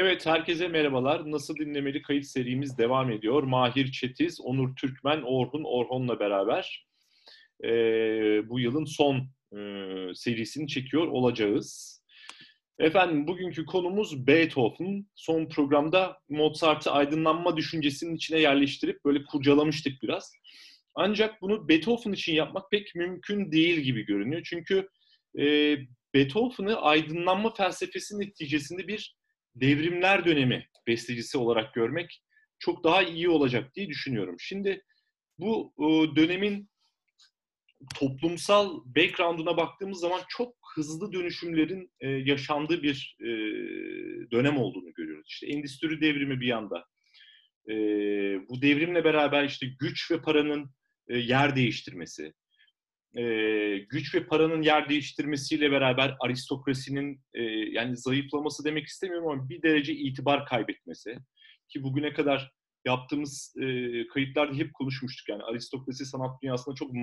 Evet, herkese merhabalar. Nasıl Dinlemeli kayıt serimiz devam ediyor. Mahir Çetiz, Onur Türkmen, Orhun'la beraber bu yılın son serisini çekiyor olacağız. Efendim, bugünkü konumuz Beethoven. Son programda Mozart'ı aydınlanma düşüncesinin içine yerleştirip böyle kurcalamıştık biraz. Ancak bunu Beethoven için yapmak pek mümkün değil gibi görünüyor. Çünkü e, Beethoven'ı aydınlanma felsefesinin neticesinde bir devrimler dönemi bestecisi olarak görmek çok daha iyi olacak diye düşünüyorum. Şimdi bu dönemin toplumsal background'una baktığımız zaman çok hızlı dönüşümlerin yaşandığı bir dönem olduğunu görüyoruz. İşte endüstri devrimi bir yanda. Bu devrimle beraber işte güç ve paranın yer değiştirmesi, güç ve paranın yer değiştirmesiyle beraber aristokrasinin yani zayıflaması demek istemiyorum ama bir derece itibar kaybetmesi ki bugüne kadar yaptığımız kayıtlarda hep konuşmuştuk, yani aristokrasi sanat dünyasında çok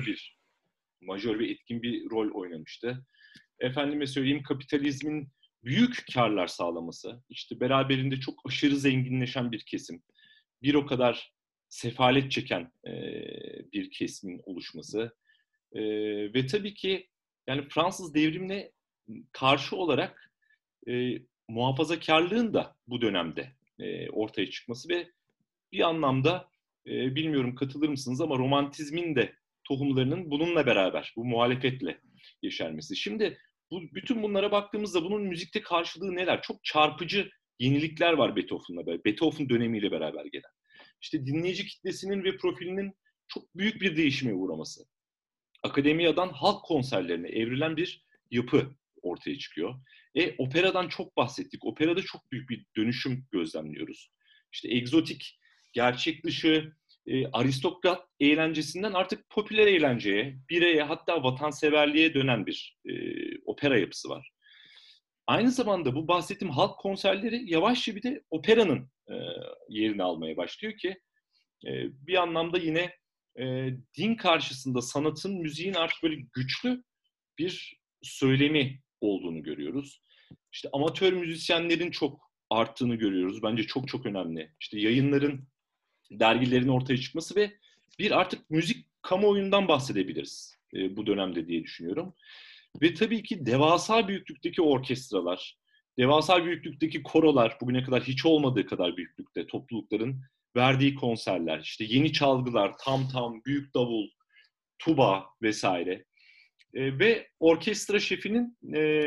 majör ve etkin bir rol oynamıştı. Efendime söyleyeyim, kapitalizmin büyük karlar sağlaması, işte beraberinde çok aşırı zenginleşen bir kesim, bir o kadar sefalet çeken bir kesimin oluşması, ve tabii ki yani Fransız devrimine karşı olarak muhafazakarlığın da bu dönemde ortaya çıkması ve bir anlamda bilmiyorum katılır mısınız ama romantizmin de tohumlarının bununla beraber, bu muhalefetle yeşermesi. Şimdi bütün bunlara baktığımızda bunun müzikte karşılığı neler? Çok çarpıcı yenilikler var Beethoven'la beraber, Beethoven dönemiyle beraber gelen. İşte dinleyici kitlesinin ve profilinin çok büyük bir değişime uğraması. Akademiyadan halk konserlerine evrilen bir yapı ortaya çıkıyor. Operadan çok bahsettik. Operada çok büyük bir dönüşüm gözlemliyoruz. İşte egzotik, gerçek dışı, aristokrat eğlencesinden artık popüler eğlenceye, bireye, hatta vatanseverliğe dönen bir opera yapısı var. Aynı zamanda bu bahsettiğim halk konserleri yavaşça bir de operanın yerini almaya başlıyor ki bir anlamda yine din karşısında sanatın, müziğin artık böyle güçlü bir söylemi olduğunu görüyoruz. İşte amatör müzisyenlerin çok arttığını görüyoruz. Bence çok çok önemli. İşte yayınların, dergilerin ortaya çıkması ve bir artık müzik kamuoyundan bahsedebiliriz bu dönemde diye düşünüyorum. Ve tabii ki devasa büyüklükteki orkestralar, devasa büyüklükteki korolar, bugüne kadar hiç olmadığı kadar büyüklükte toplulukların verdiği konserler, işte yeni çalgılar, tam tam, büyük davul, tuba vesaire. Ve orkestra şefinin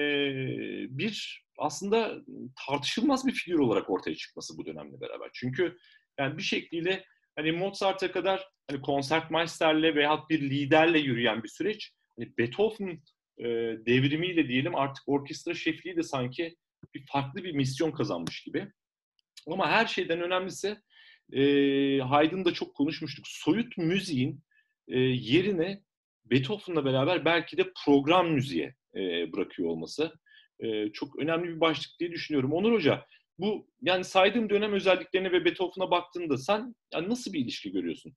bir aslında tartışılmaz bir figür olarak ortaya çıkması bu dönemle beraber. Çünkü yani bir şekliyle hani Mozart'a kadar hani konsertmeisterle veyahut bir liderle yürüyen bir süreç, hani Beethoven e, devrimiyle diyelim artık orkestra şefliği de sanki bir farklı bir misyon kazanmış gibi. Ama her şeyden önemlisi Haydn'da da çok konuşmuştuk. Soyut müziğin yerine Beethoven'la beraber belki de program müziğe bırakıyor olması çok önemli bir başlık diye düşünüyorum. Onur Hoca, bu yani saydığım dönem özelliklerine ve Beethoven'a baktığında sen yani nasıl bir ilişki görüyorsun?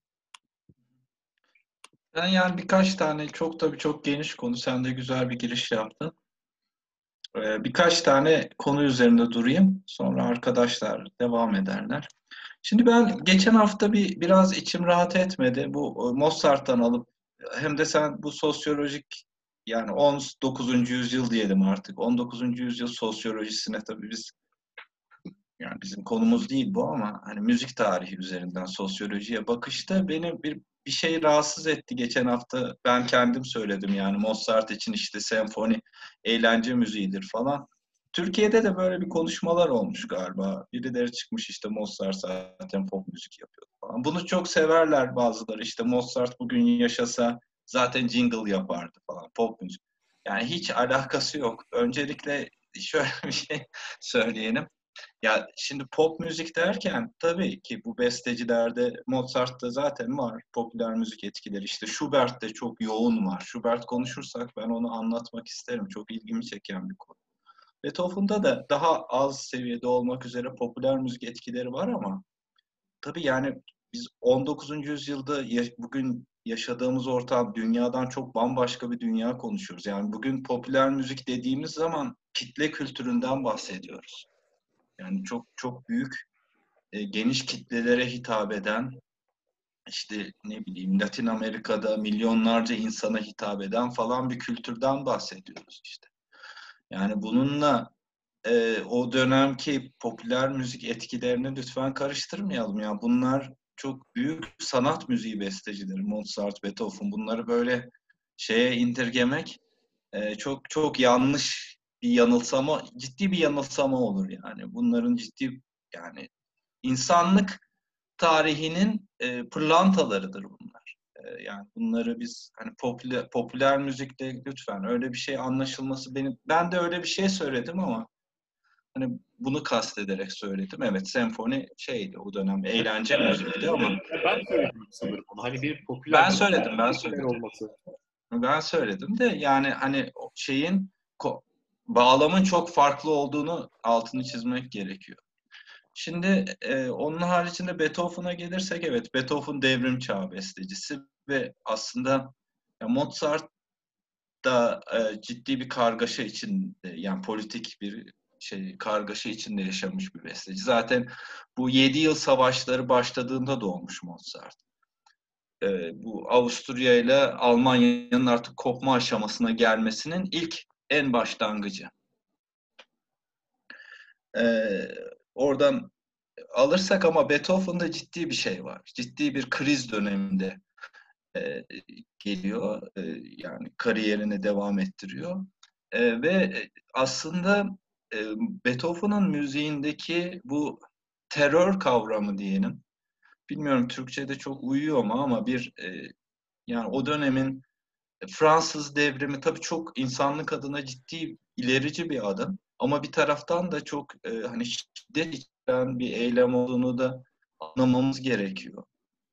Ben yani birkaç tane çok geniş konu. Sen de güzel bir giriş yaptın. Birkaç tane konu üzerinde durayım. Sonra arkadaşlar devam ederler. Şimdi ben geçen hafta biraz içim rahat etmedi. Bu Mozart'tan alıp hem de sen bu sosyolojik yani 19. yüzyıl diyelim artık. 19. yüzyıl sosyolojisine tabii yani bizim konumuz değil bu ama hani müzik tarihi üzerinden sosyolojiye bakışta beni bir şey rahatsız etti geçen hafta. Ben kendim söyledim yani Mozart için işte senfoni eğlence müziğidir falan. Türkiye'de de böyle bir konuşmalar olmuş galiba. Birileri çıkmış işte Mozart zaten pop müzik yapıyor falan. Bunu çok severler bazıları. İşte Mozart bugün yaşasa zaten jingle yapardı falan pop müzik. Yani hiç alakası yok. Öncelikle şöyle bir şey söyleyelim. Ya şimdi pop müzik derken tabii ki bu bestecilerde Mozart'ta zaten var popüler müzik etkileri. İşte Schubert'te çok yoğun var. Schubert konuşursak ben onu anlatmak isterim. Çok ilgimi çeken bir konu. Beethoven'da da daha az seviyede olmak üzere popüler müzik etkileri var ama tabii yani biz 19. yüzyılda bugün yaşadığımız ortam dünyadan çok bambaşka bir dünya konuşuyoruz. Yani bugün popüler müzik dediğimiz zaman kitle kültüründen bahsediyoruz. Yani çok çok büyük, geniş kitlelere hitap eden, işte ne bileyim Latin Amerika'da milyonlarca insana hitap eden falan bir kültürden bahsediyoruz işte. Yani bununla o dönemki popüler müzik etkilerini lütfen karıştırmayalım. Yani bunlar çok büyük sanat müziği bestecileri. Mozart, Beethoven, bunları böyle şeye indirgemek çok çok yanlış bir yanılsama, ciddi bir yanılsama olur yani. Bunların ciddi, yani insanlık tarihinin pırlantalarıdır bunlar. Yani bunları biz hani popüler müzikte lütfen öyle bir şey anlaşılması, ben de öyle bir şey söyledim ama hani bunu kastederek söyledim. Evet, senfoni şeydi o dönem, eğlence müzikti ama Ben söyledim sanırım onu. Hani bir popüler ben müzik söyledim, ben popüler söyledim. olması. Ben söyledim de yani hani şeyin bağlamın çok farklı olduğunu altını çizmek gerekiyor. Şimdi onun haricinde Beethoven'a gelirsek, evet, Beethoven devrim çağı bestecisi ve aslında Mozart da ciddi bir kargaşa içinde, yani politik bir kargaşa içinde yaşamış bir besteci. Zaten bu 7 yıl savaşları başladığında doğmuş Mozart. Bu Avusturya ile Almanya'nın artık kopma aşamasına gelmesinin ilk en başlangıcı. Oradan alırsak ama Beethoven'da ciddi bir şey var. Ciddi bir kriz döneminde geliyor. Yani kariyerini devam ettiriyor. Ve aslında Beethoven'ın müziğindeki bu terör kavramı diyelim. Bilmiyorum Türkçe'de çok uyuyor mu ama yani o dönemin Fransız devrimi tabii çok insanlık adına ciddi ilerici bir adım. Ama bir taraftan da çok hani şiddet içeren bir eylem olduğunu da anlamamız gerekiyor.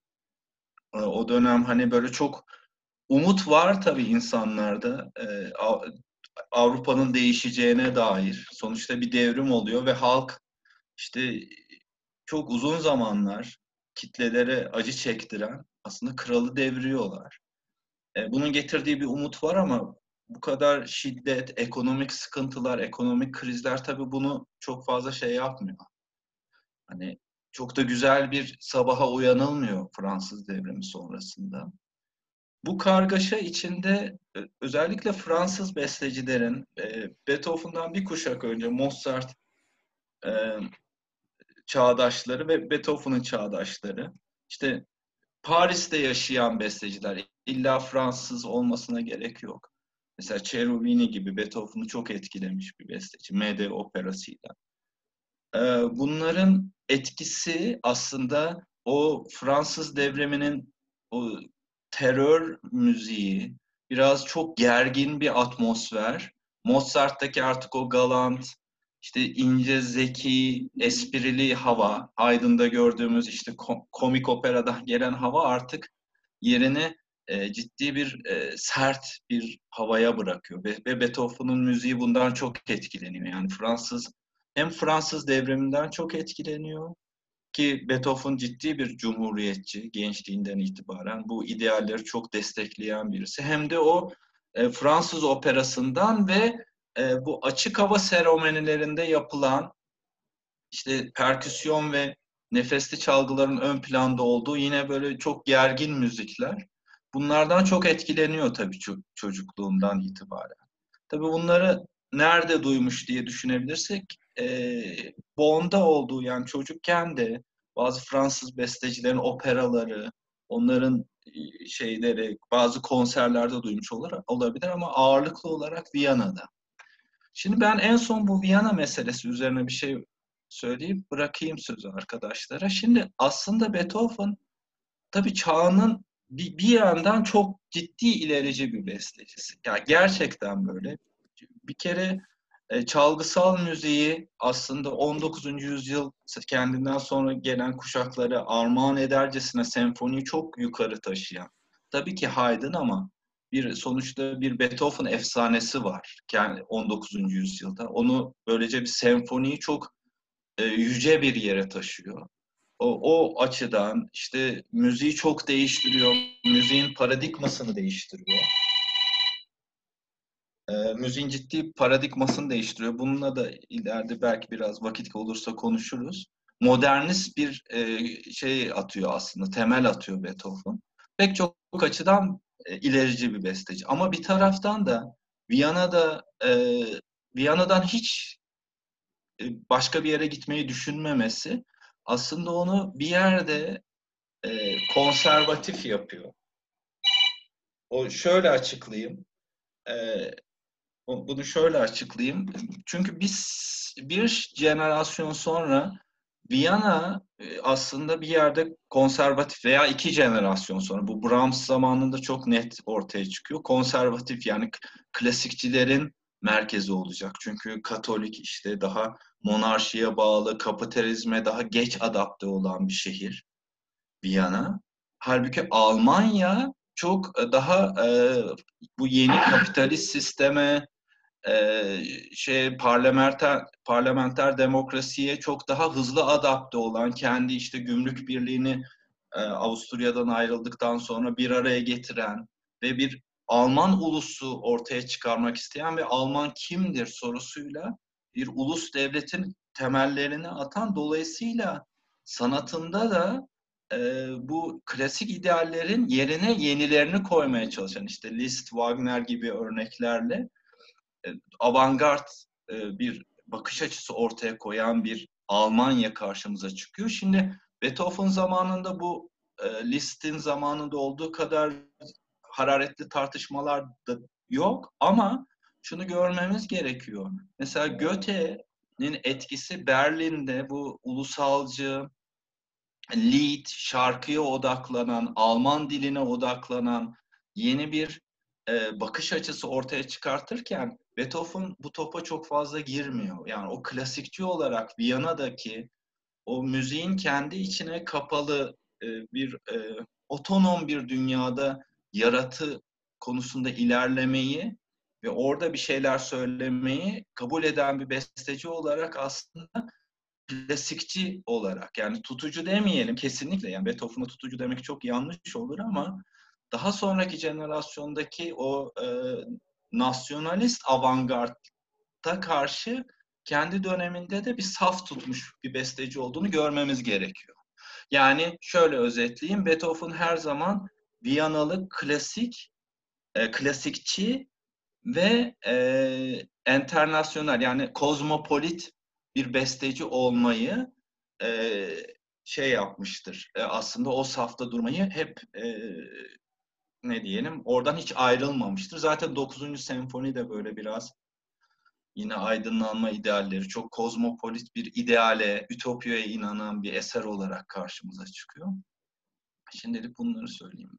O dönem hani böyle çok umut var tabii insanlarda. Avrupa'nın değişeceğine dair. Sonuçta bir devrim oluyor ve halk işte çok uzun zamanlar kitlelere acı çektiren aslında kralı devriyorlar. Bunun getirdiği bir umut var ama bu kadar şiddet, ekonomik sıkıntılar, ekonomik krizler tabii bunu çok fazla şey yapmıyor. Hani çok da güzel bir sabaha uyanılmıyor Fransız devrimi sonrasında. Bu kargaşa içinde özellikle Fransız bestecilerin Beethoven'dan bir kuşak önce Mozart e, çağdaşları ve Beethoven'ın çağdaşları, işte Paris'te yaşayan besteciler, illa Fransız olmasına gerek yok. Mesela Cherubini gibi Beethoven'ı çok etkilemiş bir besteci, Mede operasıyla. Bunların etkisi aslında o Fransız devriminin o terör müziği, biraz çok gergin bir atmosfer. Mozart'taki artık o galant, işte ince, zeki, esprili hava, Haydn'da gördüğümüz işte komik operadan gelen hava artık yerini ciddi bir sert bir havaya bırakıyor. Ve Beethoven'ın müziği bundan çok etkileniyor. Yani hem Fransız devriminden çok etkileniyor ki Beethoven ciddi bir cumhuriyetçi gençliğinden itibaren, bu idealleri çok destekleyen birisi. Hem de o Fransız operasından ve bu açık hava seremonilerinde yapılan işte perküsyon ve nefesli çalgıların ön planda olduğu yine böyle çok gergin müzikler. Bunlardan çok etkileniyor tabii çocukluğundan itibaren. Tabii bunları nerede duymuş diye düşünebilirsek, Bonn'da olduğu, yani çocukken de bazı Fransız bestecilerin operaları, onların şeyleri, bazı konserlerde duymuş olabilir ama ağırlıklı olarak Viyana'da. Şimdi ben en son bu Viyana meselesi üzerine bir şey söyleyip bırakayım sözü arkadaşlara. Şimdi aslında Beethoven tabii çağının bir yandan çok ciddi ilerici bir bestecisi. Yani gerçekten böyle. Bir kere çalgısal müziği aslında 19. yüzyıl kendinden sonra gelen kuşaklara armağan edercesine senfoniyi çok yukarı taşıyan. Tabii ki Haydn ama sonuçta bir Beethoven efsanesi var yani 19. yüzyılda. Onu böylece bir senfoniyi çok yüce bir yere taşıyor. O açıdan işte müziği çok değiştiriyor, müziğin paradigmasını değiştiriyor. müziğin ciddi paradigmasını değiştiriyor. Bununla da ileride belki biraz vakit olursa konuşuruz. Modernist bir şey atıyor aslında, temel atıyor Beethoven. Pek çok açıdan ilerici bir besteci. Ama bir taraftan da Viyana'da Viyana'dan hiç başka bir yere gitmeyi düşünmemesi aslında onu bir yerde konservatif yapıyor. O şöyle açıklayayım. E, Bunu şöyle açıklayayım. Çünkü biz bir jenerasyon sonra Viyana aslında bir yerde konservatif veya iki jenerasyon sonra bu Brahms zamanında çok net ortaya çıkıyor. Konservatif yani klasikçilerin merkezi olacak. Çünkü Katolik işte daha monarşiye bağlı, kapitalizme daha geç adapte olan bir şehir Viyana. Halbuki Almanya çok daha bu yeni kapitalist sisteme parlamenter demokrasiye çok daha hızlı adapte olan kendi işte gümrük birliğini Avusturya'dan ayrıldıktan sonra bir araya getiren ve bir Alman ulusu ortaya çıkarmak isteyen ve Alman kimdir sorusuyla bir ulus devletin temellerini atan, dolayısıyla sanatında da bu klasik ideallerin yerine yenilerini koymaya çalışan işte Liszt, Wagner gibi örneklerle avantgard bir bakış açısı ortaya koyan bir Almanya karşımıza çıkıyor. Şimdi Beethoven zamanında bu Liszt'in zamanında olduğu kadar hararetli tartışmalar da yok ama şunu görmemiz gerekiyor. Mesela Goethe'nin etkisi Berlin'de bu ulusalcı, Lied, şarkıya odaklanan, Alman diline odaklanan yeni bir bakış açısı ortaya çıkartırken Beethoven bu topa çok fazla girmiyor. Yani o klasikçi olarak Viyana'daki o müziğin kendi içine kapalı bir otonom bir dünyada yaratı konusunda ilerlemeyi ve orada bir şeyler söylemeyi kabul eden bir besteci olarak aslında klasikçi olarak, yani tutucu demeyelim kesinlikle, yani Beethoven'a tutucu demek çok yanlış olur ama daha sonraki jenerasyondaki o nasyonalist avantgarda karşı kendi döneminde de bir saf tutmuş bir besteci olduğunu görmemiz gerekiyor. Yani şöyle özetleyeyim, Beethoven her zaman Viyanalı klasikçi ve enternasyonel, yani kozmopolit bir besteci olmayı e, şey yapmıştır. Aslında o safta durmayı hep ne diyelim, oradan hiç ayrılmamıştır. Zaten 9. senfoni de böyle biraz yine aydınlanma idealleri, çok kozmopolit bir ideale, ütopyaya inanan bir eser olarak karşımıza çıkıyor. Şimdilik bunları söyleyeyim.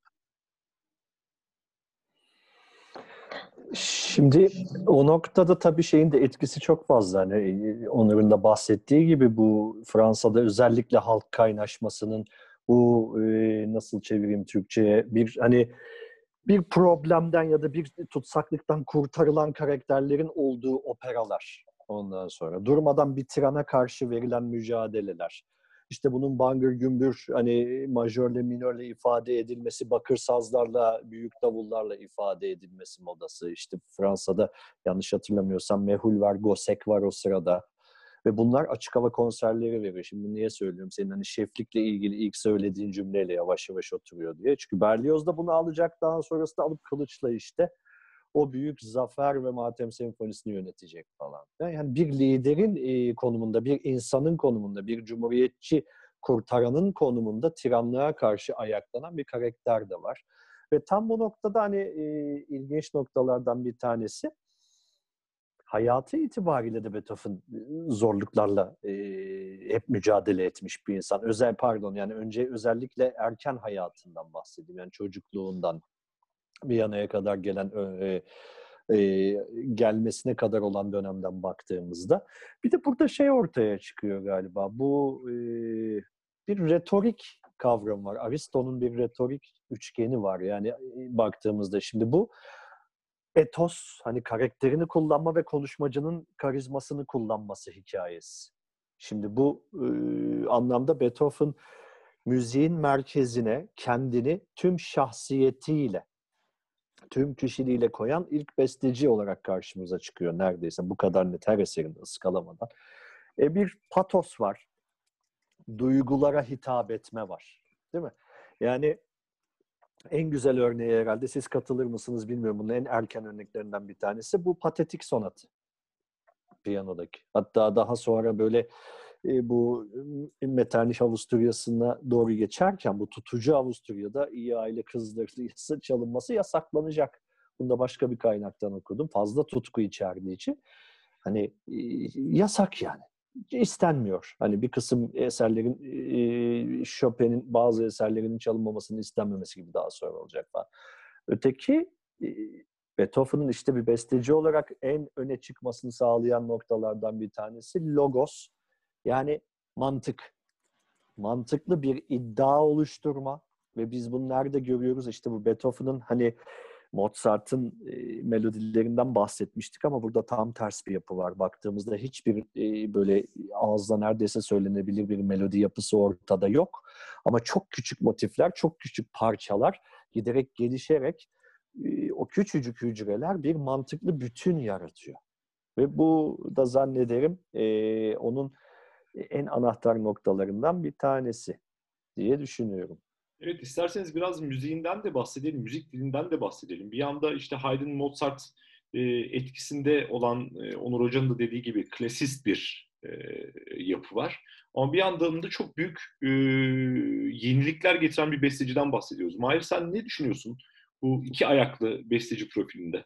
Şimdi o noktada tabii şeyin de etkisi çok fazla. Hani Onur'un da bahsettiği gibi bu Fransa'da özellikle halk kaynaşmasının bu nasıl çevireyim Türkçe'ye, bir hani bir problemden ya da bir tutsaklıktan kurtarılan karakterlerin olduğu operalar, ondan sonra durmadan bir tirana karşı verilen mücadeleler. İşte bunun bangır gümbür hani majörle minörle ifade edilmesi, bakır sazlarla, büyük davullarla ifade edilmesi modası. İşte Fransa'da yanlış hatırlamıyorsam Mehul var, Gosek var o sırada. Ve bunlar açık hava konserleri veriyor. Şimdi niye söylüyorum? Senin hani şeflikle ilgili ilk söylediğin cümleyle yavaş yavaş oturuyor diye. Çünkü Berlioz da bunu alacak, daha sonrası da alıp kılıçla işte o büyük zafer ve matem senfonisini yönetecek falan. Yani bir liderin konumunda, bir insanın konumunda, bir cumhuriyetçi kurtaranın konumunda tiranlığa karşı ayaklanan bir karakter de var. Ve tam bu noktada hani ilginç noktalardan bir tanesi, hayatı itibariyle de Beethoven zorluklarla hep mücadele etmiş bir insan. Yani önce özellikle erken hayatından bahsedeyim. Yani çocukluğundan Viyana'ya kadar gelen gelmesine kadar olan dönemden baktığımızda. Bir de burada şey ortaya çıkıyor galiba. Bu bir retorik kavramı var. Aristo'nun bir retorik üçgeni var. Yani baktığımızda şimdi bu etos, hani karakterini kullanma ve konuşmacının karizmasını kullanması hikayesi. Şimdi bu anlamda Beethoven müziğin merkezine kendini tüm şahsiyetiyle tüm kişiliğiyle koyan ilk besteci olarak karşımıza çıkıyor neredeyse. Bu kadar net, her eserinde ıskalamadan. Bir patos var. Duygulara hitap etme var. Değil mi? Yani en güzel örneği herhalde, siz katılır mısınız bilmiyorum, bunun en erken örneklerinden bir tanesi bu Patetik Sonatı. Piyanodaki. Hatta daha sonra böyle bu Metternich Avusturya'sına doğru geçerken bu tutucu Avusturya'da iyi aile kızları çalınması yasaklanacak. Bunu da başka bir kaynaktan okudum. Fazla tutku içerdiği için. Hani yasak yani. İstenmiyor. Hani bir kısım eserlerin, Chopin'in bazı eserlerinin çalınmamasının istenmemesi gibi daha sonra olacak falan. Öteki Beethoven'ın işte bir besteci olarak en öne çıkmasını sağlayan noktalardan bir tanesi logos. Yani mantık. Mantıklı bir iddia oluşturma ve biz bunu nerede görüyoruz? İşte bu Beethoven'ın hani Mozart'ın melodilerinden bahsetmiştik ama burada tam ters bir yapı var. Baktığımızda hiçbir böyle ağızda neredeyse söylenebilir bir melodi yapısı ortada yok. Ama çok küçük motifler, çok küçük parçalar giderek gelişerek o küçücük hücreler bir mantıklı bütün yaratıyor. Ve bu da zannederim onun en anahtar noktalarından bir tanesi diye düşünüyorum. Evet, isterseniz biraz müziğinden de bahsedelim, müzik dilinden de bahsedelim. Bir yanda işte Haydn, Mozart etkisinde olan Onur Hoca'nın da dediği gibi klasist bir yapı var. Ama bir yandan da çok büyük yenilikler getiren bir besteciden bahsediyoruz. Mahir, sen ne düşünüyorsun bu iki ayaklı besteci profilinde?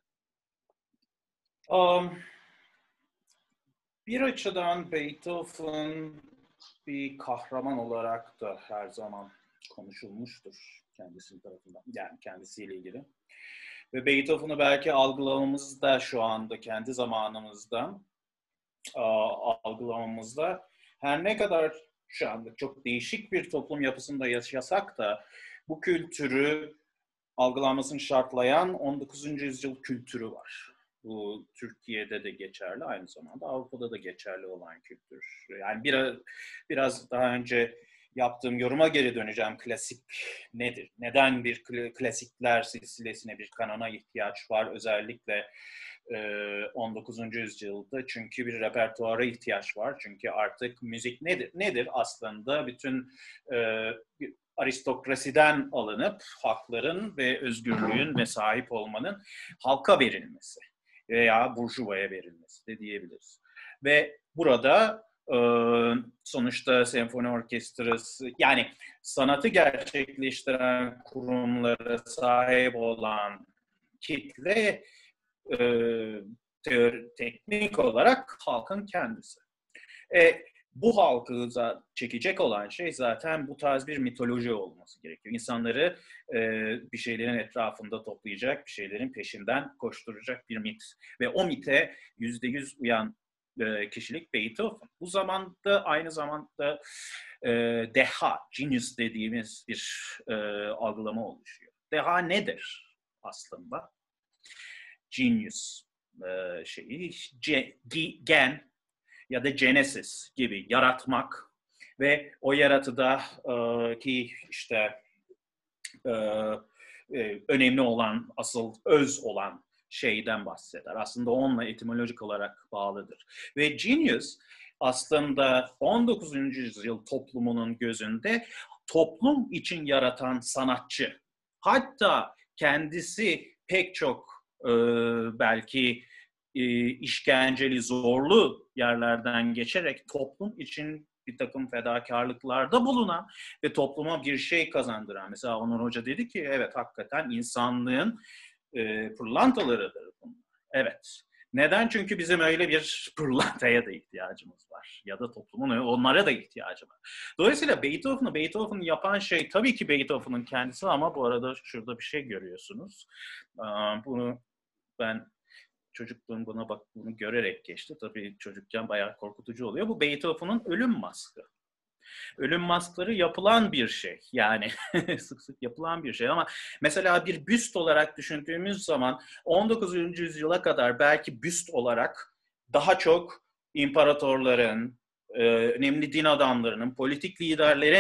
Bir açıdan Beethoven bir kahraman olarak da her zaman konuşulmuştur kendisinin tarafından, yani kendisiyle ilgili. Ve Beethoven'ı belki algılamamızda şu anda, kendi zamanımızda algılamamızda her ne kadar şu anda çok değişik bir toplum yapısında yaşasak da bu kültürü algılanmasını şartlayan 19. yüzyıl kültürü var. Bu Türkiye'de de geçerli, aynı zamanda Avrupa'da da geçerli olan kültür. Yani biraz daha önce yaptığım yoruma geri döneceğim. Klasik nedir? Neden bir klasikler silsilesine, bir kanona ihtiyaç var? Özellikle 19. yüzyılda. Çünkü bir repertuara ihtiyaç var. Çünkü artık müzik nedir? Nedir aslında? Bütün aristokrasiden alınıp hakların ve özgürlüğün ve sahip olmanın halka verilmesi veya burjuvaya verilmesi de diyebiliriz. Ve burada sonuçta senfoni orkestrası, yani sanatı gerçekleştiren kurumlara sahip olan kitle teknik olarak halkın kendisi. Bu halkı çekecek olan şey zaten bu tarz bir mitoloji olması gerekiyor. İnsanları bir şeylerin etrafında toplayacak, bir şeylerin peşinden koşturacak bir mit. Ve o mite %100 uyan kişilik Beethoven. Bu zamanda aynı zamanda deha, genius dediğimiz bir algılama oluşuyor. Deha nedir aslında? Genius gen ya da genesis gibi yaratmak ve o yaratıda ki işte önemli olan, asıl öz olan şeyden bahseder. Aslında onunla etimolojik olarak bağlıdır. Ve genius aslında 19. yüzyıl toplumunun gözünde toplum için yaratan sanatçı. Hatta kendisi pek çok belki işkenceli, zorlu yerlerden geçerek toplum için bir takım fedakarlıklarda bulunan ve topluma bir şey kazandıran. Mesela Onur Hoca dedi ki evet, hakikaten insanlığın pırlantalarıdır bunlar. Evet. Neden? Çünkü bizim öyle bir pırlantaya da ihtiyacımız var. Ya da toplumun onlara da ihtiyacı var. Dolayısıyla Beethoven'ı yapan şey tabii ki Beethoven'ın kendisi, ama bu arada şurada bir şey görüyorsunuz. Bunu ben çocukluğum bunu görerek geçti. Tabii çocukken bayağı korkutucu oluyor. Bu Beethoven'ın ölüm maskı. Ölüm maskları yapılan bir şey. Yani sık sık yapılan bir şey. Ama mesela bir büst olarak düşündüğümüz zaman 19. yüzyıla kadar belki büst olarak daha çok imparatorların, önemli din adamlarının, politik liderlerin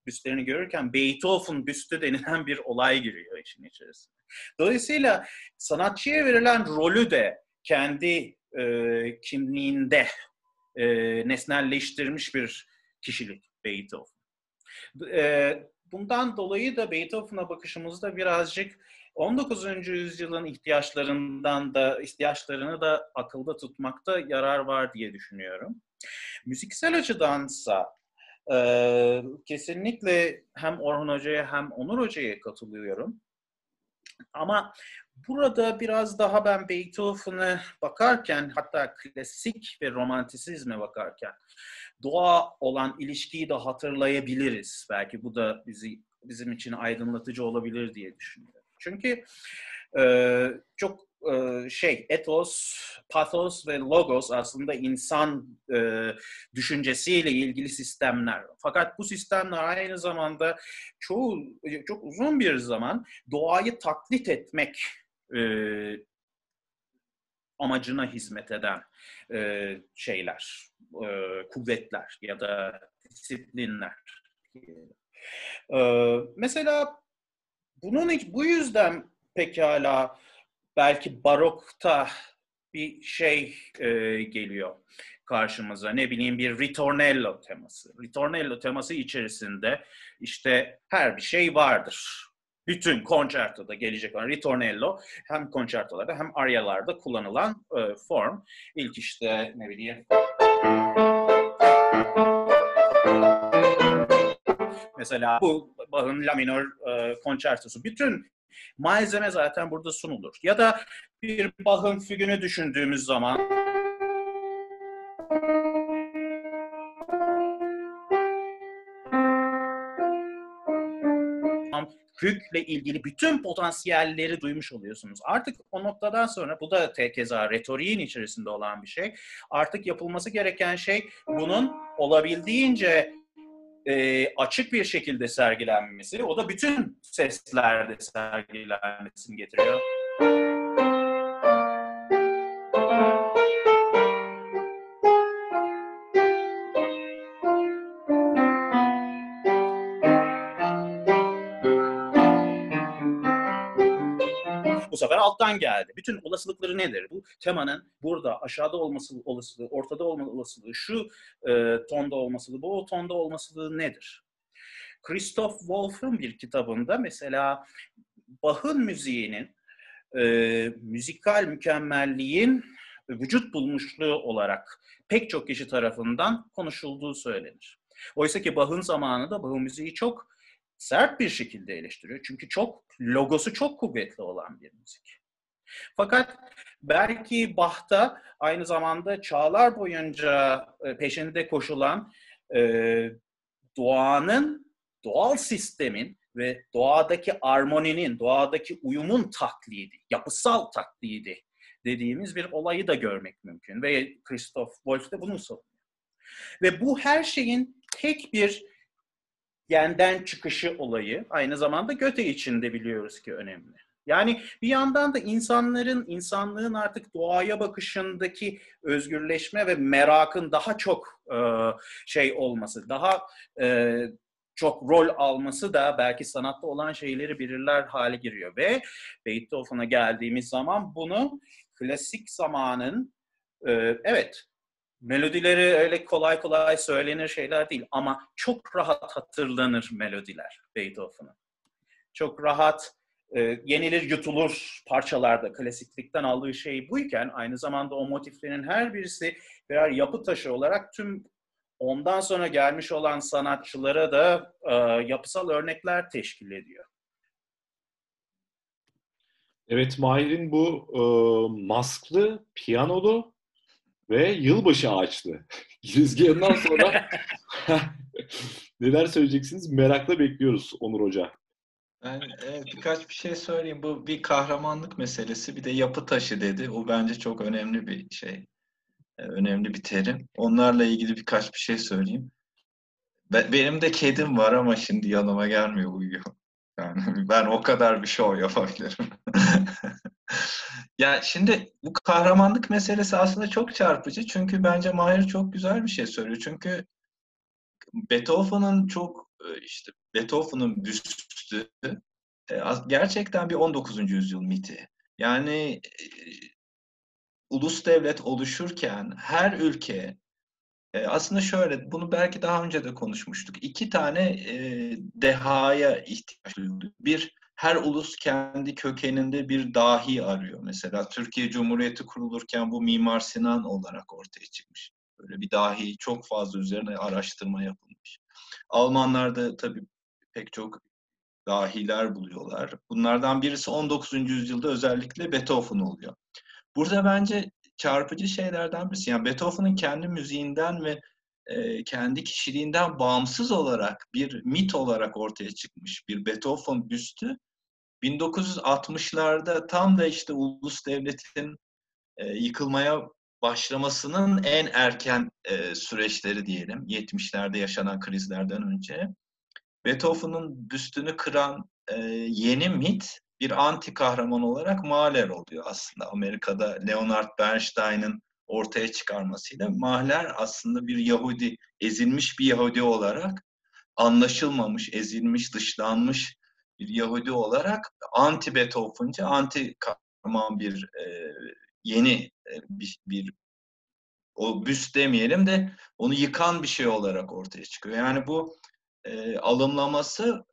büstlerini görürken Beethoven büstü denilen bir olay giriyor işin içerisine. Dolayısıyla sanatçıya verilen rolü de kendi kimliğinde nesnelleştirmiş bir kişilik Beethoven. Bundan dolayı da Beethoven'a bakışımızda birazcık 19. yüzyılın ihtiyaçlarını da akılda tutmakta yarar var diye düşünüyorum. Müziksel açıdansa kesinlikle hem Orhun Hoca'ya hem Onur Hoca'ya katılıyorum. Ama burada biraz daha ben Beethoven'a bakarken, hatta klasik ve romantisizme bakarken doğa olan ilişkiyi de hatırlayabiliriz. Belki bu da bizim için aydınlatıcı olabilir diye düşünüyorum. Çünkü çok ethos, pathos ve logos aslında insan düşüncesiyle ilgili sistemler. Fakat bu sistemler aynı zamanda çok uzun bir zaman doğayı taklit etmek amacına hizmet eden kuvvetler ya da disiplinler. Mesela bu yüzden pekala belki barokta bir geliyor karşımıza. Ne bileyim, bir ritornello teması. Ritornello teması içerisinde işte her bir şey vardır. Bütün konçertoda gelecek olan ritornello hem konçertolarda hem aryalarda kullanılan form. İlk işte ne bileyim, mesela bu Bach'ın La minör konçertosu. Bütün malzeme zaten burada sunulur. Ya da bir Bach'ın fügünü düşündüğümüz zaman fügle ilgili bütün potansiyelleri duymuş oluyorsunuz. Artık o noktadan sonra, bu da keza retoriğin içerisinde olan bir şey. Artık yapılması gereken şey bunun olabildiğince açık bir şekilde sergilenmesi. O da bütün seslerde sergilenmesini getiriyor. Bu sefer alttan geldi. Bütün olasılıkları nedir? Bu temanın burada aşağıda olması olasılığı, ortada olma olasılığı, şu tonda olmasılığı, bu tonda olmasılığı nedir? Christoph Wolff'un bir kitabında mesela Bach'ın müziğinin müzikal mükemmelliğin vücut bulmuşluğu olarak pek çok kişi tarafından konuşulduğu söylenir. Oysa ki Bach'ın zamanında Bach'ın müziği çok sert bir şekilde eleştiriyor. Çünkü logosu çok kuvvetli olan bir müzik. Fakat belki Bach'ta aynı zamanda çağlar boyunca peşinde koşulan doğal sistemin ve doğadaki armoninin, doğadaki uyumun taklidi, yapısal taklidi dediğimiz bir olayı da görmek mümkün. Ve Christoph Wolff de bunu savunuyor. Ve bu her şeyin tek bir yenden çıkışı olayı aynı zamanda Goethe için de biliyoruz ki önemli. Yani bir yandan da insanlığın artık doğaya bakışındaki özgürleşme ve merakın daha çok olması, daha çok rol alması da belki sanatta olan şeyleri belirler hale giriyor. Ve Beethoven'a geldiğimiz zaman bunu klasik zamanın, evet, melodileri öyle kolay kolay söylenir şeyler değil ama çok rahat hatırlanır melodiler Beethoven'ın. Çok rahat yenilir yutulur parçalarda klasiklikten aldığı şey buyken aynı zamanda o motiflerin her birisi birer yapı taşı olarak tüm ondan sonra gelmiş olan sanatçılara da yapısal örnekler teşkil ediyor. Evet, Mahir'in bu masklı, piyanolu ve yılbaşı ağaçlı girizgahından sonra neler söyleyeceksiniz? Merakla bekliyoruz Onur Hoca. Evet, birkaç bir şey söyleyeyim. Bu bir kahramanlık meselesi, bir de yapı taşı dedi. O bence çok önemli bir şey. Önemli bir terim. Onlarla ilgili birkaç bir şey söyleyeyim. Benim de kedim var ama şimdi yanıma gelmiyor, uyuyor. Yani ben o kadar bir şov yapabilirim. Ya şimdi bu kahramanlık meselesi aslında çok çarpıcı. Çünkü bence Mahir çok güzel bir şey söylüyor. Çünkü Beethoven'ın çok işte Beethoven'ın büstü gerçekten bir 19. yüzyıl miti. Yani ulus devlet oluşurken her ülke aslında şöyle, bunu belki daha önce de konuşmuştuk. 2 tane dehaya ihtiyaç duyuluyor. Bir, her ulus kendi kökeninde bir dahi arıyor. Mesela Türkiye Cumhuriyeti kurulurken bu Mimar Sinan olarak ortaya çıkmış. Böyle bir dahi, çok fazla üzerine araştırma yapılmış. Almanlar da tabii pek çok dahiler buluyorlar. Bunlardan birisi 19. yüzyılda özellikle Beethoven oluyor. Burada bence çarpıcı şeylerden birisi. Yani Beethoven'ın kendi müziğinden ve kendi kişiliğinden bağımsız olarak bir mit olarak ortaya çıkmış bir Beethoven büstü 1960'larda tam da işte ulus devletin yıkılmaya başlamasının en erken süreçleri diyelim. 70'lerde yaşanan krizlerden önce. Beethoven'ın büstünü kıran yeni mit bir anti kahraman olarak Mahler oluyor aslında. Amerika'da Leonard Bernstein'ın ortaya çıkarmasıyla Mahler aslında bir Yahudi, ezilmiş bir Yahudi olarak anlaşılmamış, ezilmiş, dışlanmış bir Yahudi olarak anti Beethoven'cı, anti kahraman bir yeni bir o büst demeyelim de onu yıkan bir şey olarak ortaya çıkıyor. Yani bu alımlaması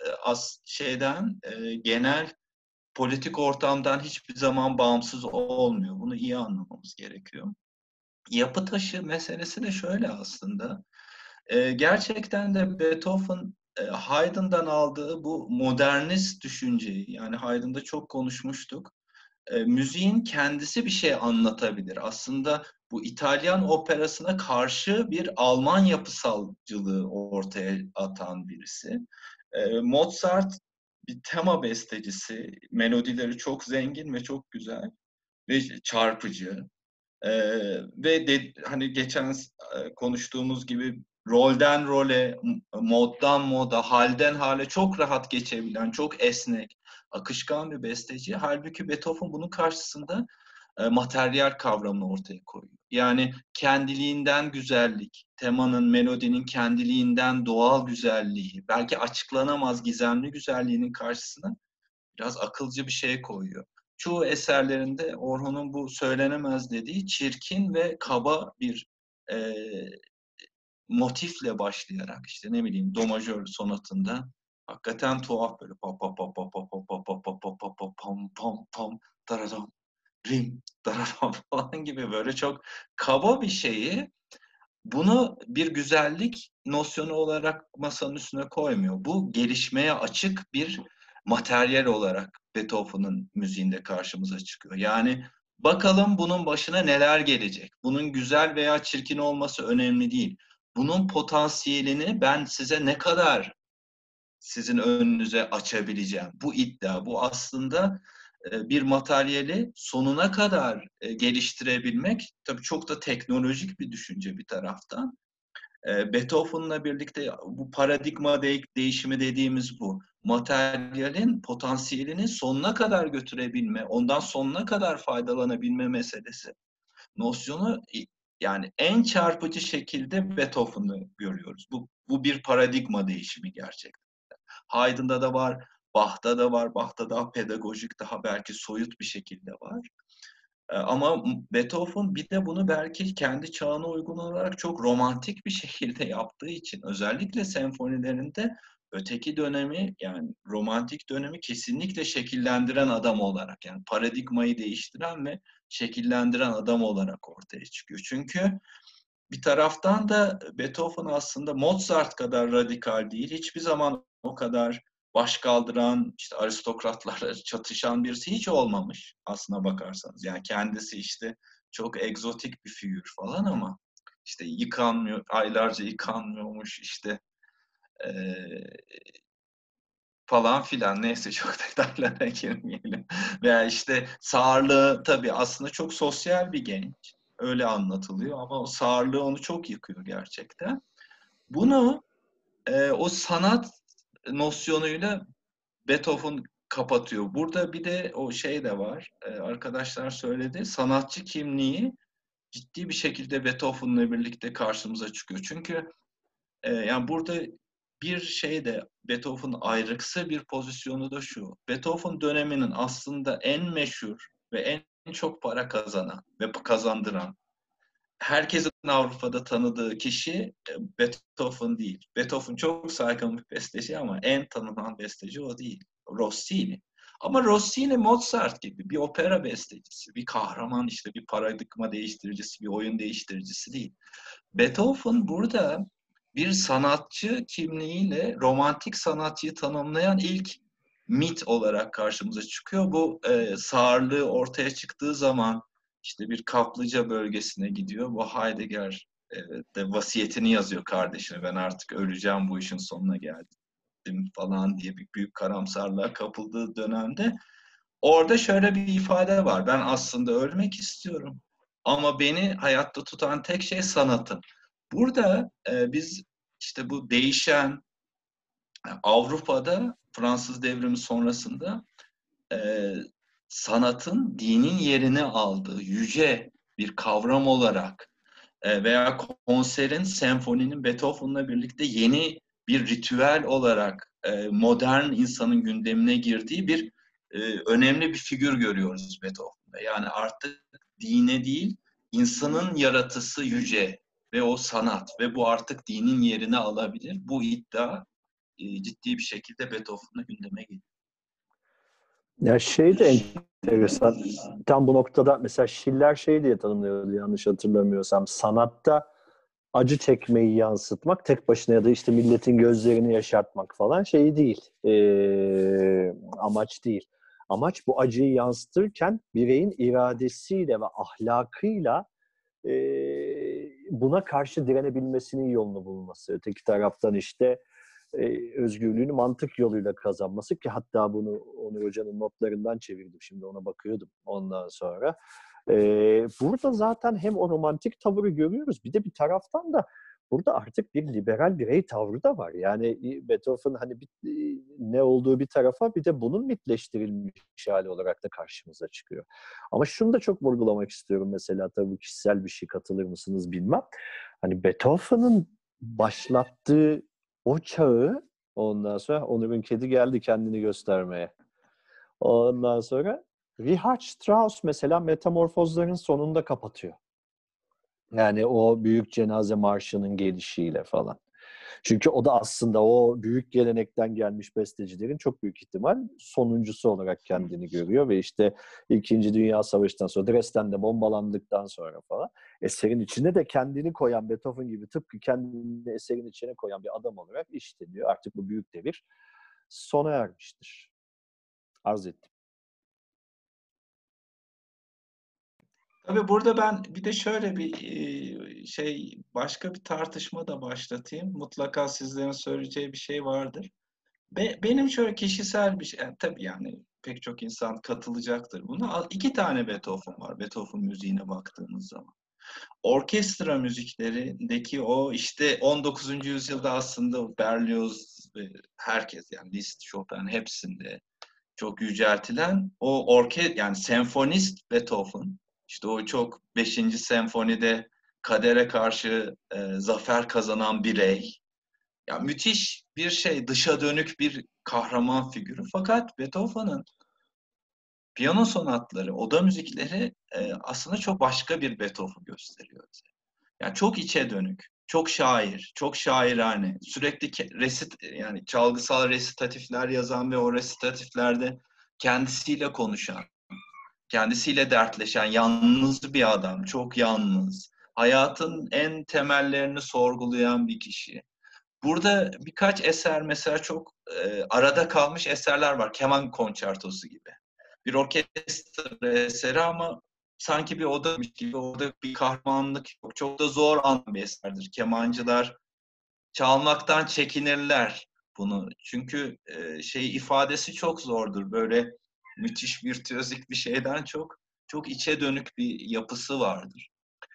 genel politik ortamdan hiçbir zaman bağımsız olmuyor. Bunu iyi anlamamız gerekiyor. Yapı taşı meselesi de şöyle aslında. Gerçekten de Beethoven Haydn'dan aldığı bu modernist düşünceyi, yani Haydn'da çok konuşmuştuk. Müziğin kendisi bir şey anlatabilir. Aslında bu İtalyan operasına karşı bir Alman yapısalcılığı ortaya atan birisi. Mozart bir tema bestecisi, melodileri çok zengin ve çok güzel ve çarpıcı. Hani geçen konuştuğumuz gibi rolden role, moddan moda, halden hale çok rahat geçebilen, çok esnek, akışkan bir besteci. Halbuki Beethoven bunun karşısında materyal kavramını ortaya koyuyor. Yani kendiliğinden güzellik, temanın, melodinin kendiliğinden doğal güzelliği, belki açıklanamaz gizemli güzelliğinin karşısına biraz akılcı bir şey koyuyor. Çoğu eserlerinde Orhon'un bu söylenemez dediği çirkin ve kaba bir motifle başlayarak işte ne bileyim Do majör sonatında hakikaten tuhaf böyle pa pa pa pa pa pa pa pa pa pa pa pa pam pam pam taradam rim taradam falan gibi böyle çok kaba bir şeyi bunu bir güzellik nosyonu olarak masanın üstüne koymuyor. Bu gelişmeye açık bir materyal olarak Beethoven'ın müziğinde karşımıza çıkıyor. Yani bakalım bunun başına neler gelecek. Bunun güzel veya çirkin olması önemli değil. Bunun potansiyelini ben size ne kadar sizin önünüze açabileceğim. Bu iddia, bu aslında bir materyali sonuna kadar geliştirebilmek tabii çok da teknolojik bir düşünce bir taraftan. Beethoven'la birlikte bu paradigma değişimi dediğimiz bu. Materyalin potansiyelini sonuna kadar götürebilme, ondan sonuna kadar faydalanabilme meselesi. Nosyonu yani en çarpıcı şekilde Beethoven'ı görüyoruz. Bu bir paradigma değişimi gerçekten. Haydn'da da var, Bach'ta da var. Bach'ta daha pedagojik, daha belki soyut bir şekilde var. Ama Beethoven bir de bunu belki kendi çağına uygun olarak çok romantik bir şekilde yaptığı için özellikle senfonilerinde öteki dönemi yani romantik dönemi kesinlikle şekillendiren adam olarak yani paradigmayı değiştiren ve şekillendiren adam olarak ortaya çıkıyor. Çünkü bir taraftan da Beethoven aslında Mozart kadar radikal değil. Hiçbir zaman o kadar baş kaldıran, işte aristokratlarla çatışan birisi hiç olmamış aslına bakarsanız. Yani kendisi işte çok egzotik bir figür falan ama işte yıkanmıyor, aylarca yıkanmıyormuş işte falan filan neyse çok detaylara girmeyelim. Veya işte sağırlığı tabii aslında çok sosyal bir genç. Öyle anlatılıyor ama o sağırlığı onu çok yıkıyor gerçekten. Bunu o sanat nosyonuyla Beethoven kapatıyor. Burada bir de o şey de var. Arkadaşlar söyledi. Sanatçı kimliği ciddi bir şekilde Beethoven'la birlikte karşımıza çıkıyor. Çünkü yani burada bir şey de Beethoven ayrıksı bir pozisyonu da şu. Beethoven döneminin aslında en meşhur ve en çok para kazanan ve kazandıran, herkesin Avrupa'da tanıdığı kişi Beethoven değil. Beethoven çok saygın bir besteci ama en tanınan besteci o değil. Rossini. Ama Rossini Mozart gibi bir opera bestecisi, bir kahraman, işte bir paradigma değiştiricisi, bir oyun değiştiricisi değil. Beethoven burada bir sanatçı kimliğiyle romantik sanatçıyı tanımlayan ilk mit olarak karşımıza çıkıyor. Bu sağırlığı ortaya çıktığı zaman işte bir kaplıca bölgesine gidiyor. Bu Heidegger de vasiyetini yazıyor kardeşine. Ben artık öleceğim, bu işin sonuna geldim falan diye bir büyük karamsarlığa kapıldığı dönemde orada şöyle bir ifade var. Ben aslında ölmek istiyorum ama beni hayatta tutan tek şey sanatım. Burada biz işte bu değişen Avrupa'da Fransız devrimi sonrasında sanatın dinin yerini aldığı yüce bir kavram olarak veya konserin, senfoninin Beethoven'la birlikte yeni bir ritüel olarak modern insanın gündemine girdiği bir önemli bir figür görüyoruz Beethoven'da. Yani artık dine değil, insanın yaratısı yüce ve o sanat ve bu artık dinin yerini alabilir. Bu iddia ciddi bir şekilde Beethoven'la gündeme geliyor. Ya şey de enteresan. Tam bu noktada mesela Schiller şey diye tanımlıyordu yanlış hatırlamıyorsam. Sanatta acı çekmeyi yansıtmak tek başına ya da işte milletin gözlerini yaşartmak falan şey değil. Amaç değil. Amaç bu acıyı yansıtırken bireyin iradesiyle ve ahlakıyla buna karşı direnebilmesinin yolunu bulması. Öteki taraftan işte özgürlüğünü mantık yoluyla kazanması ki hatta bunu Onur Hoca'nın notlarından çevirdim. Şimdi ona bakıyordum ondan sonra. Burada zaten hem o romantik tavırı görüyoruz bir de bir taraftan da burada artık bir liberal birey tavrı da var. Yani Beethoven hani ne olduğu bir tarafa bir de bunun mitleştirilmiş hali olarak da karşımıza çıkıyor. Ama şunu da çok vurgulamak istiyorum mesela tabii kişisel bir şey katılır mısınız bilmem. Hani Beethoven'ın başlattığı o çağı ondan sonra Onur'un kedi geldi kendini göstermeye. Ondan sonra Richard Strauss mesela Metamorfozların sonunda kapatıyor. Yani o büyük cenaze marşının gelişiyle falan. Çünkü o da aslında o büyük gelenekten gelmiş bestecilerin çok büyük ihtimal sonuncusu olarak kendini görüyor ve işte İkinci Dünya Savaşı'ndan sonra Dresden'de bombalandıktan sonra falan eserin içine de kendini koyan Beethoven gibi tıpkı kendini eserin içine koyan bir adam olarak işleniyor. Artık bu büyük devir sona ermiştir. Arz ettim. Tabii burada ben bir de şöyle bir başka bir tartışma da başlatayım. Mutlaka sizlerin söyleyeceği bir şey vardır. Benim şöyle kişisel bir şey, tabii yani pek çok insan katılacaktır buna. İki tane Beethoven var, Beethoven müziğine baktığımız zaman. Orkestra müziklerindeki o işte 19. yüzyılda aslında Berlioz ve herkes yani Liszt, Chopin hepsinde çok yüceltilen o yani senfonist Beethoven, işte o çok 5. senfonide kadere karşı zafer kazanan birey. Ya müthiş bir şey, dışa dönük bir kahraman figürü. Fakat Beethoven'ın piyano sonatları, oda müzikleri aslında çok başka bir Beethoven gösteriyor bize. Yani çok içe dönük, çok şair, çok şairane, sürekli yani çalgısal resitatifler yazan ve o resitatiflerde kendisiyle konuşan, kendisiyle dertleşen, yalnız bir adam, çok yalnız. Hayatın en temellerini sorgulayan bir kişi. Burada birkaç eser mesela çok arada kalmış eserler var. Keman konçertosu gibi. Bir orkestra eseri ama sanki bir odamış gibi, orada bir kahramanlık yok. Çok da zor bir eserdir. Kemancılar çalmaktan çekinirler bunu. Çünkü ifadesi çok zordur. Böyle müthiş virtüözik bir şeyden çok içe dönük bir yapısı vardır.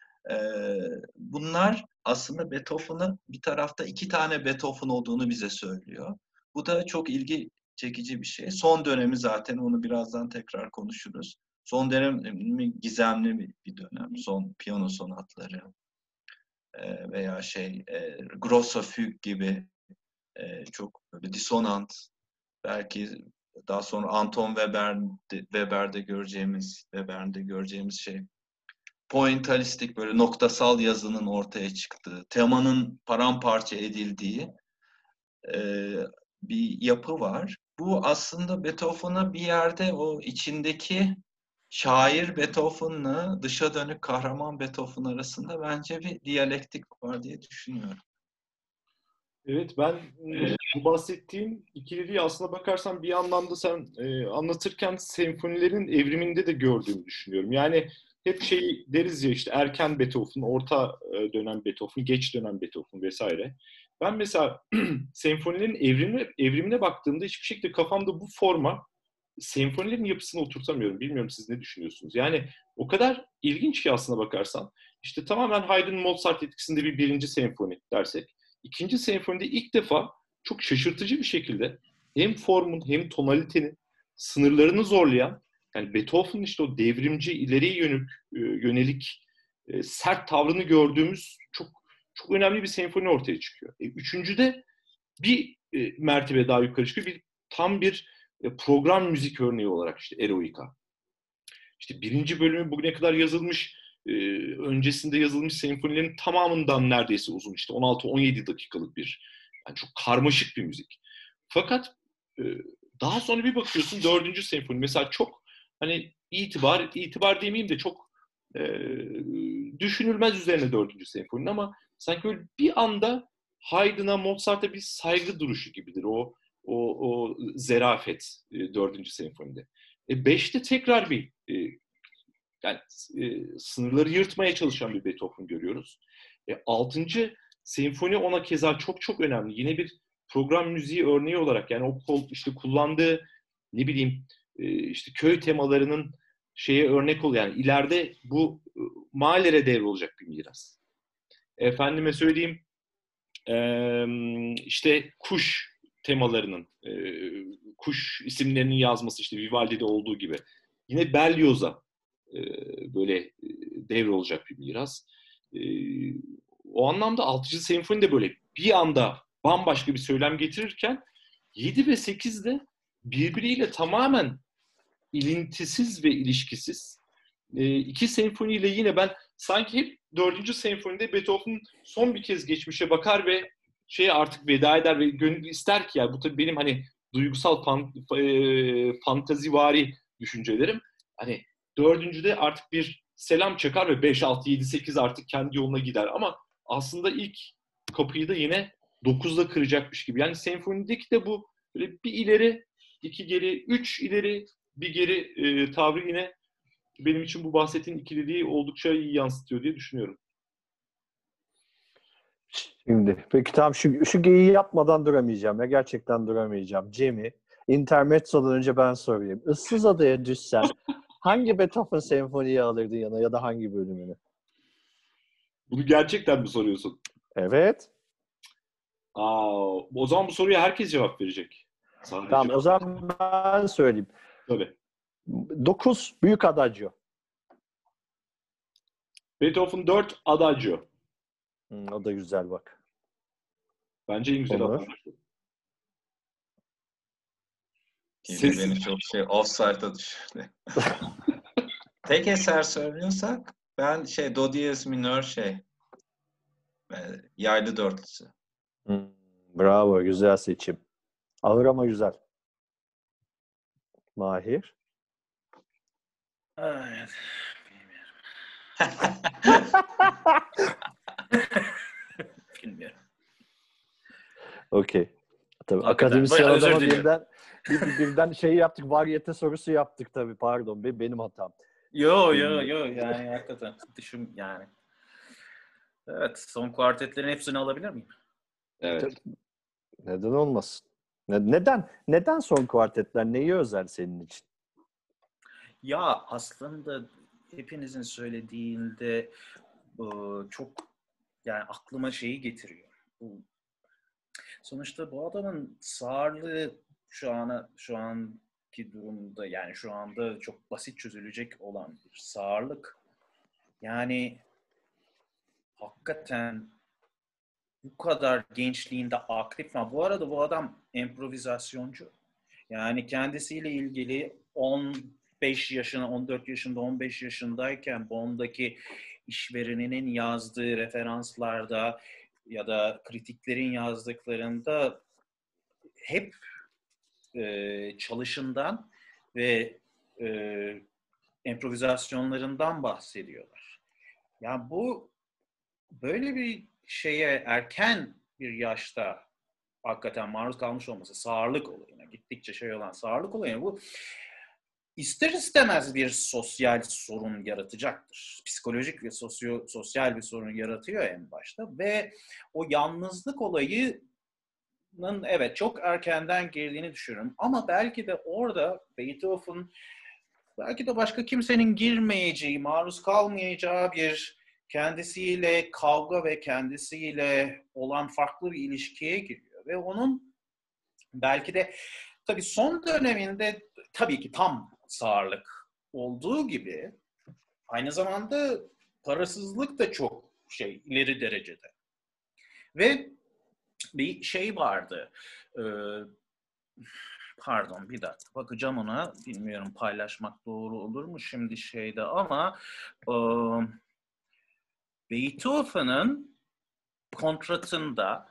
Bunlar aslında Beethoven'ın bir tarafta iki tane Beethoven olduğunu bize söylüyor. Bu da çok ilgi çekici bir şey. Son dönemi zaten onu birazdan tekrar konuşuruz. Son dönemi gizemli bir dönem. Son piyano sonatları veya Grosso Fugue gibi Çok böyle disonant, belki daha sonra Anton Weber'de göreceğimiz şey. Pointalistik, böyle noktasal yazının ortaya çıktığı, temanın paramparça edildiği bir yapı var. Bu aslında Beethoven'a bir yerde o içindeki şair Beethoven'la dışa dönük kahraman Beethoven arasında bence bir diyalektik var diye düşünüyorum. Evet, ben bu bahsettiğim ikililiği aslına bakarsan bir anlamda sen anlatırken senfonilerin evriminde de gördüğümü düşünüyorum. Yani hep şey deriz ya, işte erken Beethoven, orta dönem Beethoven, geç dönem Beethoven vesaire. Ben mesela senfonilerin evrimine baktığımda hiçbir şekilde kafamda bu forma senfonilerin yapısını oturtamıyorum. Bilmiyorum, siz ne düşünüyorsunuz? Yani o kadar ilginç ki aslına bakarsan. İşte tamamen Haydn Mozart etkisinde bir birinci senfoni dersek, İkinci senfonide ilk defa çok şaşırtıcı bir şekilde hem formun hem tonalitenin sınırlarını zorlayan, yani Beethoven'ın işte o devrimci, ileriye yönelik sert tavrını gördüğümüz çok çok önemli bir senfoni ortaya çıkıyor. Üçüncüde bir mertebe daha yukarı çıkıyor. Tam bir program müzik örneği olarak işte Eroica. İşte birinci bölümü bugüne kadar yazılmış, öncesinde yazılmış senfonilerin tamamından neredeyse uzun, işte 16-17 dakikalık bir, yani çok karmaşık bir müzik. Fakat daha sonra bir bakıyorsun dördüncü senfoni mesela çok hani itibar demeyeyim de çok düşünülmez üzerine dördüncü senfoninin, ama sanki böyle bir anda Haydn'a, Mozart'a bir saygı duruşu gibidir o zerafet dördüncü senfonide. Beşte tekrar bir yani sınırları yırtmaya çalışan bir Beethoven görüyoruz. Altıncı senfoni ona keza çok çok önemli. Yine bir program müziği örneği olarak, yani o işte kullandığı ne bileyim işte köy temalarının şeye örnek oluyor. Yani ileride bu Mahler'e devrolacak bir miras. Efendime söyleyeyim işte kuş temalarının, kuş isimlerinin yazması, işte Vivaldi'de olduğu gibi. Yine Berlioz'a böyle devrolacak bir miras. O anlamda 6. senfoni de böyle bir anda bambaşka bir söylem getirirken 7 ve 8 de birbiriyle tamamen ilintisiz ve ilişkisiz. İki senfoniyle yine ben sanki hep 4. senfonide Beethoven son bir kez geçmişe bakar ve şeye artık veda eder ve gönül ister ki, ya bu tabii benim hani duygusal fantazivari düşüncelerim. Hani dördüncüde artık bir selam çakar ve 5, 6, 7, 8 artık kendi yoluna gider. Ama aslında ilk kapıyı da yine 9'da kıracakmış gibi. Yani senfonideki de bu böyle bir ileri, iki geri, 3 ileri, bir geri tavrı yine benim için bu bahsettiğin ikililiği oldukça iyi yansıtıyor diye düşünüyorum. Şimdi peki tamam, şu geyiği yapmadan duramayacağım ya, gerçekten duramayacağım. Jamie, intermezzo'dan önce ben sorayım. Issız Adaya düşsen hangi Beethoven senfoniyi alırdın yana, ya da hangi bölümünü? Bunu gerçekten mi soruyorsun? Evet. O zaman bu soruya herkes cevap verecek. Sadece. Tamam, o zaman ben söyleyeyim. Tabii. 9 Büyük Adagio. Beethoven 4 Adagio. O da güzel bak. Bence en güzel Onur. Adagio. Yine beni çok offside'a düşürdü. Tek eser söylüyorsak ben do diyez minör yaylı dörtlüsü. Bravo, güzel seçim. Ağır ama güzel. Mahir. Evet. Bilmiyorum. Okey. Tabii Hakikaten. akademisyen Özür adama diliyorum. birden şey yaptık, varyete sorusu yaptık tabii. Pardon, benim hatam. Yo yani hakikaten dışım yani. Evet, son kuartetlerin hepsini alabilir miyim? Evet. Neden olmasın? Neden son kuartetler? Neyi özel senin için? Ya aslında hepinizin söylediğinde çok yani aklıma şeyi getiriyor. Sonuçta bu adamın sağırlığı şu anki durumda, yani şu anda çok basit çözülecek olan bir sağırlık. Yani hakikaten bu kadar gençliğinde aktif. Bu arada bu adam improvizasyoncu. Yani kendisiyle ilgili 15 yaşında, 14 yaşında, 15 yaşındayken Bond'daki işvereninin yazdığı referanslarda ya da kritiklerin yazdıklarında hep çalışından ve improvizasyonlarından bahsediyorlar. Yani bu böyle bir şeye erken bir yaşta hakikaten maruz kalmış olması, sağırlık olayına, gittikçe şey olan sağırlık olayına, bu ister istemez bir sosyal sorun yaratacaktır. Psikolojik ve sosyal bir sorun yaratıyor en başta ve o yalnızlık olayının evet çok erkenden girdiğini düşünüyorum. Ama belki de orada Beethoven belki de başka kimsenin girmeyeceği, maruz kalmayacağı bir kendisiyle kavga ve kendisiyle olan farklı bir ilişkiye giriyor. Ve onun belki de tabii son döneminde tabii ki tam sağırlık olduğu gibi aynı zamanda parasızlık da çok ileri derecede. Ve bir şey vardı. Pardon bir dakika bakacağım ona. Bilmiyorum paylaşmak doğru olur mu şimdi ama Beethoven'ın kontratında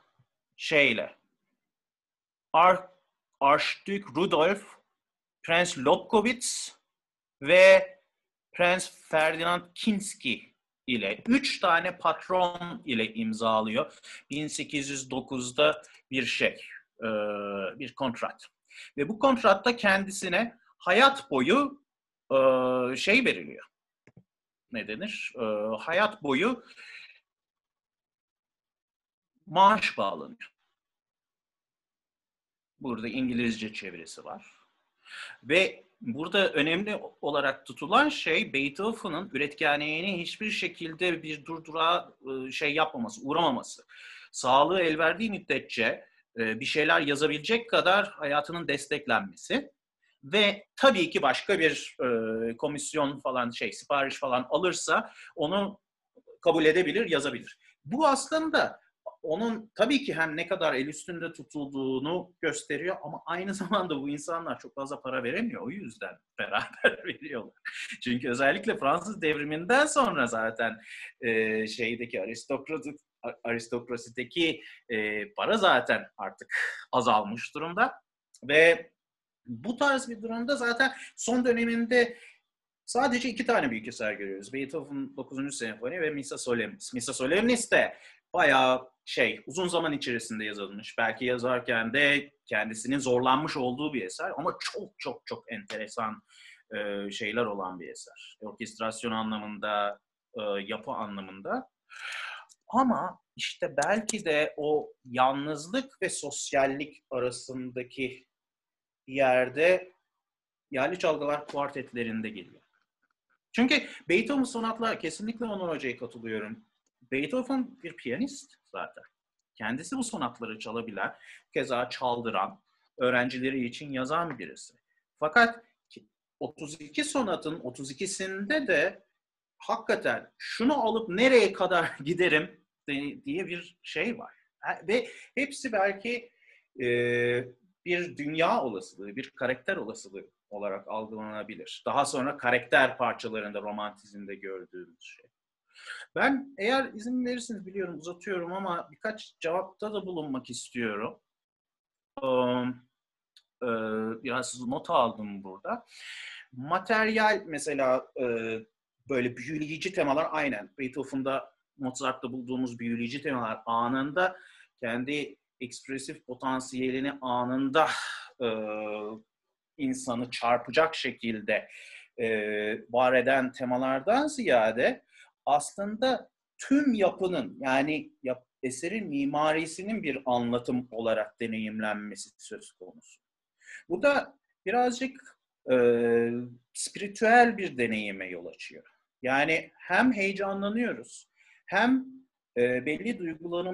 Archduke Rudolf, Prens Lobkowitz ve Prens Ferdinand Kinsky ile 3 tane patron ile imzalıyor. 1809'da bir kontrat. Ve bu kontratta kendisine hayat boyu veriliyor. Ne denir? Hayat boyu maaş bağlanıyor. Burada İngilizce çevirisi var. Ve burada önemli olarak tutulan şey Beethoven'ın üretkenliğini hiçbir şekilde bir durdura yapmaması, uğramaması. Sağlığı el verdiği müddetçe bir şeyler yazabilecek kadar hayatının desteklenmesi ve tabii ki başka bir komisyon falan sipariş falan alırsa onu kabul edebilir, yazabilir. Bu aslında onun tabii ki hem ne kadar el üstünde tutulduğunu gösteriyor ama aynı zamanda bu insanlar çok fazla para veremiyor. O yüzden beraber veriyorlar. Çünkü özellikle Fransız devriminden sonra zaten aristokrasideki para zaten artık azalmış durumda. Ve bu tarz bir durumda zaten son döneminde sadece 2 tane büyük eser görüyoruz. Beethoven 9. Senfoni ve Missa Solemnis. Missa Solemnis de bayağı uzun zaman içerisinde yazılmış. Belki yazarken de kendisinin zorlanmış olduğu bir eser ama çok çok çok enteresan şeyler olan bir eser. Orkestrasyon anlamında, yapı anlamında. Ama işte belki de o yalnızlık ve sosyallik arasındaki yerde Yaylı Çalgılar kuartetlerinde geliyor. Çünkü Beethoven sonatlar, kesinlikle Onur Hoca'ya katılıyorum. Beethoven bir piyanist zaten. Kendisi bu sonatları çalabilen, keza çaldıran, öğrencileri için yazan birisi. Fakat 32 sonatın 32'sinde de hakikaten şunu alıp nereye kadar giderim diye bir şey var. Ve hepsi belki bir dünya olasılığı, bir karakter olasılığı olarak algılanabilir. Daha sonra karakter parçalarında, romantizmde gördüğümüz şey. Ben eğer izin verirseniz, biliyorum uzatıyorum ama birkaç cevapta da bulunmak istiyorum. Biraz not aldım burada. Materyal mesela böyle büyüleyici temalar aynen. Beethoven'da, Mozart'ta bulduğumuz büyüleyici temalar anında kendi ekspresif potansiyelini anında insanı çarpacak şekilde var eden temalardan ziyade aslında tüm yapının, yani eserin mimarisinin bir anlatım olarak deneyimlenmesi söz konusu. Bu da birazcık spiritüel bir deneyime yol açıyor. Yani hem heyecanlanıyoruz, hem belli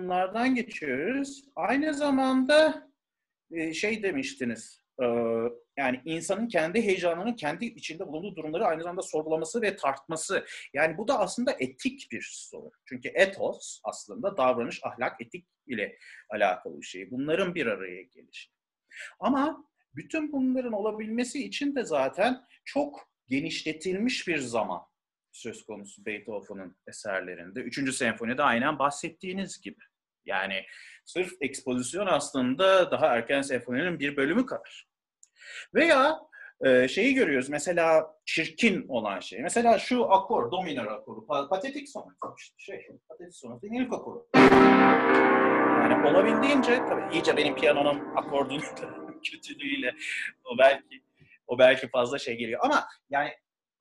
duygulanımlardan geçiyoruz. Aynı zamanda demiştiniz, Yani insanın kendi heyecanını, kendi içinde bulunduğu durumları aynı zamanda sorgulaması ve tartması. Yani bu da aslında etik bir soru. Çünkü ethos aslında davranış, ahlak, etik ile alakalı bir şey. Bunların bir araya gelişi. Ama bütün bunların olabilmesi için de zaten çok genişletilmiş bir zaman söz konusu Beethoven'ın eserlerinde. 3. senfonide aynen bahsettiğiniz gibi. Yani sırf ekspozisyon aslında daha erken senfoninin bir bölümü kadar. Veya şeyi görüyoruz mesela çirkin olan şey. Mesela şu akor, do minör akoru, patetik sonat. Patetik sonatın ilk akoru. Yani olabildiğince, tabii iyice benim piyanonun akordunun kötülüğüyle o belki fazla şey geliyor. Ama yani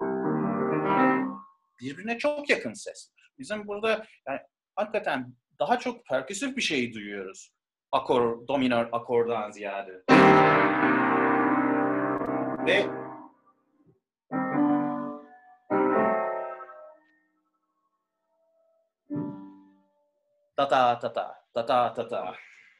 birbirine çok yakın sesler. Bizim burada yani hakikaten daha çok perküsif bir şey duyuyoruz. Akor, do minör akordan ziyade. Ve ta ta ta ta ta ta ta ta.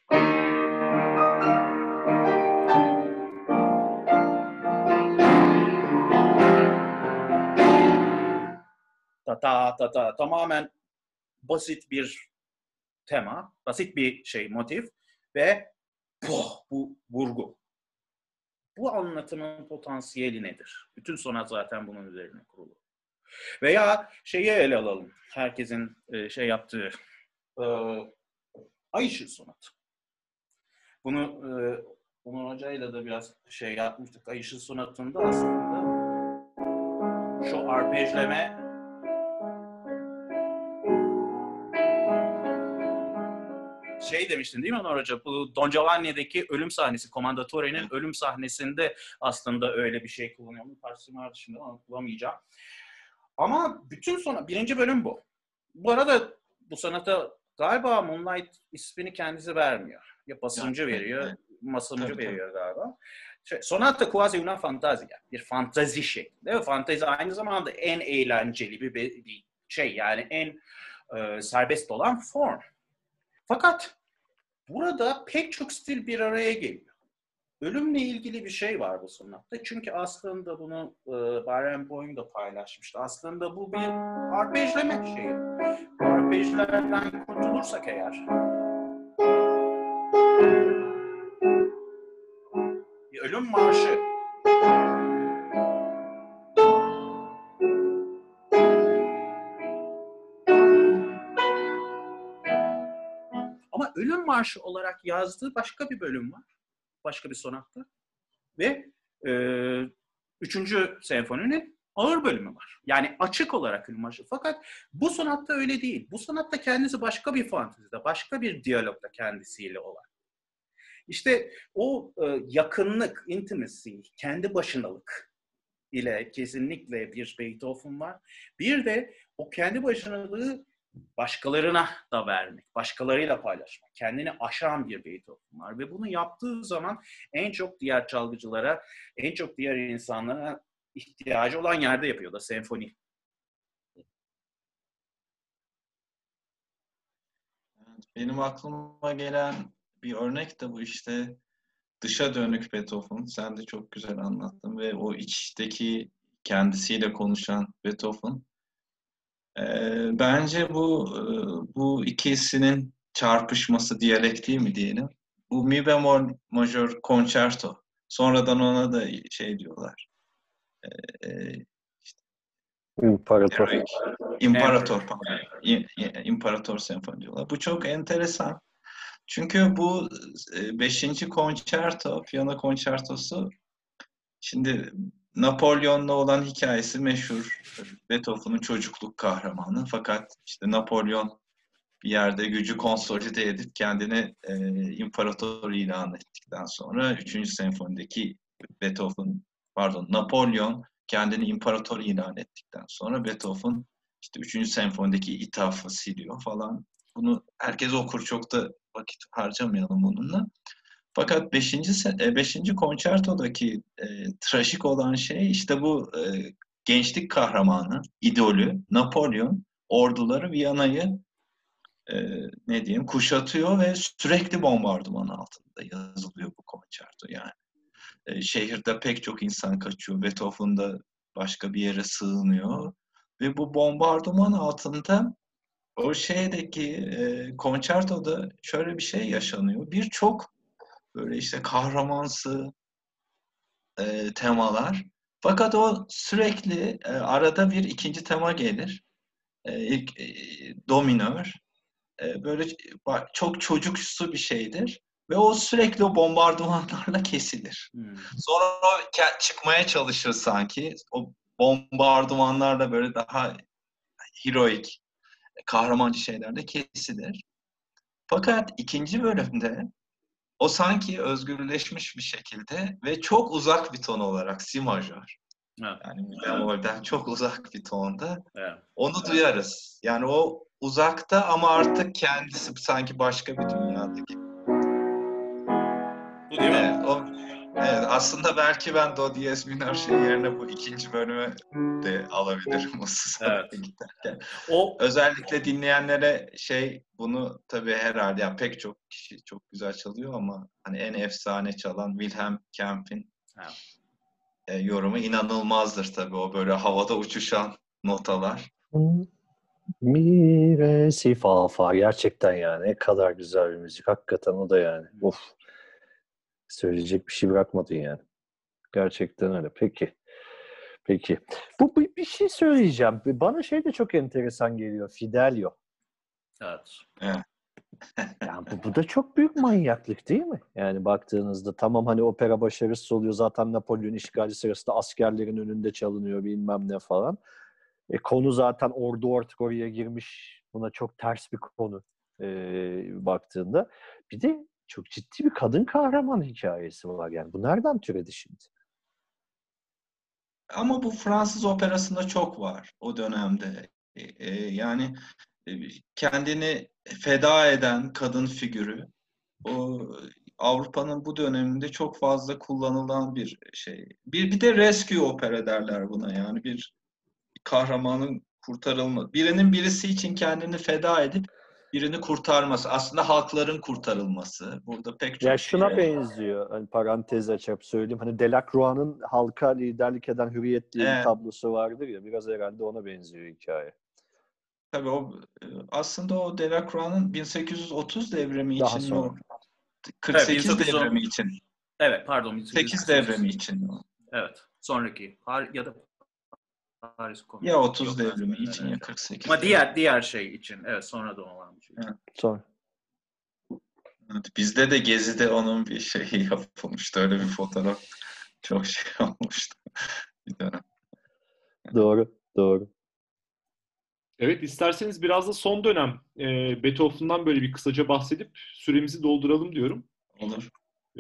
Ta ta ta ta. Tamamen basit bir tema, basit bir şey, motif ve bu vurgu. Bu anlatımın potansiyeli nedir? Bütün sonat zaten bunun üzerine kurulu. Veya şeyi ele alalım. Herkesin şey yaptığı Ay Işığı sonatı. Bunu Umur Hoca'yla da biraz şey yapmıştık. Ay Işığı sonatında aslında şu arpejleme şey demiştin değil mi Onur Hoca? Bu Don Giovanni'deki ölüm sahnesi, Komandatore'nin ölüm sahnesinde aslında öyle bir şey kullanıyor. Onun parçasını var dışında ama bulamayacağım. Ama bütün birinci bölüm bu. Bu arada bu sanata galiba Moonlight ismini kendisi vermiyor. Ya basımcı veriyor, masımcı veriyor galiba. Sonata quasi una fantasia. Bir fantazi şeklinde. Ve fantazi aynı zamanda en eğlenceli bir şey. Yani en serbest olan form. Fakat burada pek çok stil bir araya geliyor. Ölümle ilgili bir şey var bu sonatta. Çünkü aslında bunu Barenboim da paylaşmıştı. Aslında bu bir arpejleme şeyi. Arpejlerden kurtulursak eğer bir ölüm marşı. Ama ölüm marşı olarak yazdığı başka bir bölüm var. Başka bir sonatta. Ve 3. senfoninin ağır bölümü var. Yani açık olarak ölüm marşı. Fakat bu sonatta öyle değil. Bu sonatta kendisi başka bir fantezide, başka bir diyalogda kendisiyle olan. İşte o yakınlık, intimacy, kendi başınalık ile kesinlikle bir Beethoven var. Bir de o kendi başınalığı başkalarına da vermek, başkalarıyla paylaşmak, kendini aşan bir Beethoven var. Ve bunu yaptığı zaman en çok diğer çalgıcılara, en çok diğer insanlara ihtiyacı olan yerde yapıyor da senfoni. Benim aklıma gelen bir örnek de bu işte dışa dönük Beethoven. Sen de çok güzel anlattın ve o içteki kendisiyle konuşan Beethoven. Bence bu ikisinin çarpışması, diyalektiği mi diyelim? Bu mi bemol majör concerto. Sonradan ona da şey diyorlar. İmparator. İmparator senfoni diyorlar. Bu çok enteresan. Çünkü bu 5. konçerto, piyano konçertosu, şimdi Napolyon'la olan hikayesi meşhur. Beethoven'ın çocukluk kahramanı. Fakat işte Napolyon bir yerde gücü konsolide edip kendini imparator ilan ettikten sonra 3. senfonideki Napolyon kendini imparator ilan ettikten sonra Beethoven işte 3. senfonideki ithafı siliyor falan. Bunu herkes okur, çok da vakit harcamayalım bununla. Fakat 5. konçertodaki trajik olan şey işte bu gençlik kahramanı, idolü Napolyon orduları Viyana'yı kuşatıyor ve sürekli bombardıman altında yazılıyor bu konçerto yani. Şehirde pek çok insan kaçıyor. Beethoven da başka bir yere sığınıyor. Ve bu bombardıman altında o şeydeki konçertoda şöyle bir şey yaşanıyor. Birçok böyle işte kahramansı temalar. Fakat o sürekli arada bir ikinci tema gelir. İlk do minör. Böyle çok çocuksu bir şeydir. Ve o sürekli o bombardımanlarla kesilir. Sonra o çıkmaya çalışır sanki. O bombardımanlarla böyle daha heroik, kahramancı şeylerle kesilir. Fakat ikinci bölümde o sanki özgürleşmiş bir şekilde ve çok uzak bir ton olarak si majör. Evet. Yani bemolden çok uzak bir tonda. Evet. Onu duyarız. Yani o uzakta ama artık kendisi sanki başka bir dünyada gibi. Bu değil mi? Evet, aslında belki ben do diyez minör şey yerine bu ikinci bölümü de alabilirim o sırada giderken. Özellikle dinleyenlere bunu tabii herhalde yani pek çok kişi çok güzel çalıyor ama hani en efsane çalan Wilhelm Kempf'in yorumu inanılmazdır tabii, o böyle havada uçuşan notalar. Mi, re, si, fa, fa. Gerçekten yani. Ne kadar güzel bir müzik. Hakikaten o da yani. Of. Söyleyecek bir şey bırakmadın yani. Gerçekten öyle. Peki. Bu bir şey söyleyeceğim. Bana de çok enteresan geliyor. Fidelio. Evet. Yani bu da çok büyük manyaklık değil mi? Yani baktığınızda tamam hani opera başarısız oluyor. Zaten Napolyon işgali sırasında askerlerin önünde çalınıyor bilmem ne falan. Konu zaten ordu artık oraya girmiş. Buna çok ters bir konu baktığında. Bir de çok ciddi bir kadın kahraman hikayesi var. Yani bu nereden türedi şimdi? Ama bu Fransız operasında çok var o dönemde. Yani kendini feda eden kadın figürü o Avrupa'nın bu döneminde çok fazla kullanılan bir şey. Bir de rescue opera derler buna. Yani bir kahramanın kurtarılması. Birisi için kendini feda edip birini kurtarması. Aslında halkların kurtarılması. Burada pek Ya çok şey. şuna benziyor. Hani parantez açıp söyleyeyim. Hani Delacroix'ın halka liderlik eden Hürriyet diye bir tablosu vardır ya. Biraz herhalde ona benziyor hikaye. Tabii aslında o Delacroix'ın 1830 devrimi Daha için mi sonra. o? 48 Evet, devrimi için. Evet, pardon. 8 devrimi için mi o? Evet. Sonraki. Ya da Paris Komünü. Ya 30 Yok, devrimi için ya 48 ama devrimi. diğer şey için. Evet, sonradan olan bir şey. Evet. Sonra. Evet, bizde de Gezi'de onun bir şeyi yapılmıştı. Öyle bir fotoğraf çok olmuştu bir dönem. Doğru. Evet, isterseniz biraz da son dönem Beethoven'dan böyle bir kısaca bahsedip süremizi dolduralım diyorum. Olur.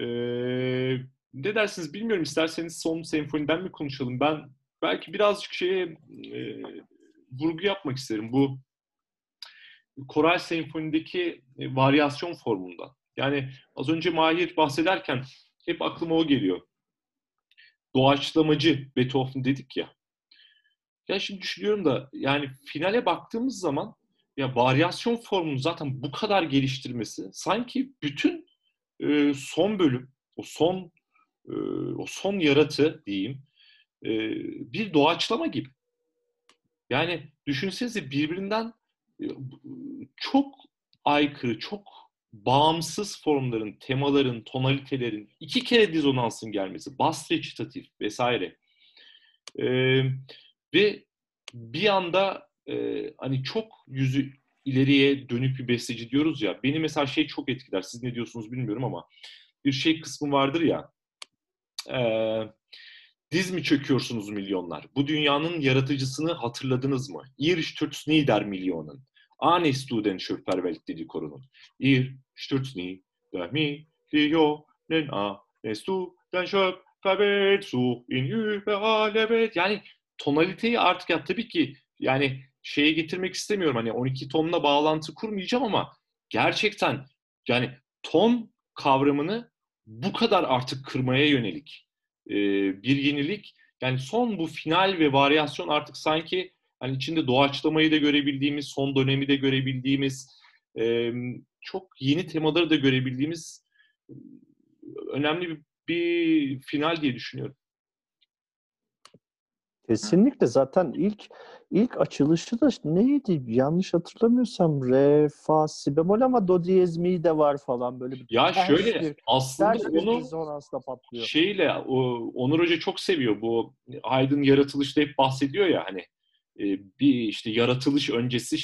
Ne dersiniz bilmiyorum. İsterseniz son senfoniden mi konuşalım? Ben belki birazcık vurgu yapmak isterim. Bu koral senfonideki varyasyon formundan. Yani az önce Mahir bahsederken hep aklıma o geliyor. Doğaçlamacı Beethoven dedik ya. Ya şimdi düşünüyorum da yani finale baktığımız zaman ya varyasyon formunu zaten bu kadar geliştirmesi sanki bütün son bölüm, o son yaratı diyeyim bir doğaçlama gibi. Yani düşünsenize birbirinden çok aykırı, çok bağımsız formların, temaların, tonalitelerin iki kere dizonansın gelmesi, bas recitatif vesaire. Ve bir anda hani çok yüzü ileriye dönük bir besteci diyoruz ya. Beni mesela çok etkiler. Siz ne diyorsunuz bilmiyorum ama bir kısmı vardır ya. Diz mi çöküyorsunuz milyonlar? Bu dünyanın yaratıcısını hatırladınız mı? Ihr stürzt nieder Millionen. Ahnest du den Schöpferwelt dedi korunun. Ihr stürzt nieder Millionen. Ahnest du den Schöpferwelt zu in überall Welt. Yani tonaliteyi artık ya tabii ki yani getirmek istemiyorum. Hani 12 tonla bağlantı kurmayacağım ama gerçekten yani ton kavramını bu kadar artık kırmaya yönelik bir yenilik. Yani son bu final ve varyasyon artık sanki hani içinde doğaçlamayı da görebildiğimiz, son dönemi de görebildiğimiz, çok yeni temaları da görebildiğimiz önemli bir final diye düşünüyorum. Kesinlikle zaten ilk açılışı da neydi? Yanlış hatırlamıyorsam re, fa, si bemol ama do diyez mi de var falan böyle bir Ya şöyle ters aslında bir onu dizonansla patlıyor. Onur Hoca çok seviyor bu Haydn yaratılışta hep bahsediyor ya hani bir işte yaratılış öncesi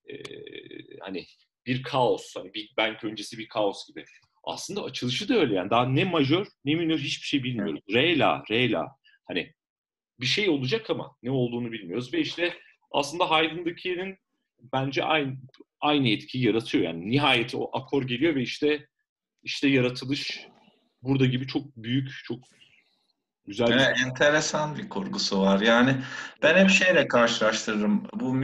hani bir kaos, hani Big Bang öncesi bir kaos gibi. Aslında açılışı da öyle yani. Daha ne majör ne minör hiçbir şey bilmiyoruz. Re la. Hani bir şey olacak ama ne olduğunu bilmiyoruz ve işte aslında Haydn'dakinin bence aynı etkiyi yaratıyor. Yani nihayet o akor geliyor ve işte yaratılış burada gibi çok büyük, çok güzel bir Evet, enteresan bir kurgusu var. Yani ben hep şeyle karşılaştırırım. Bu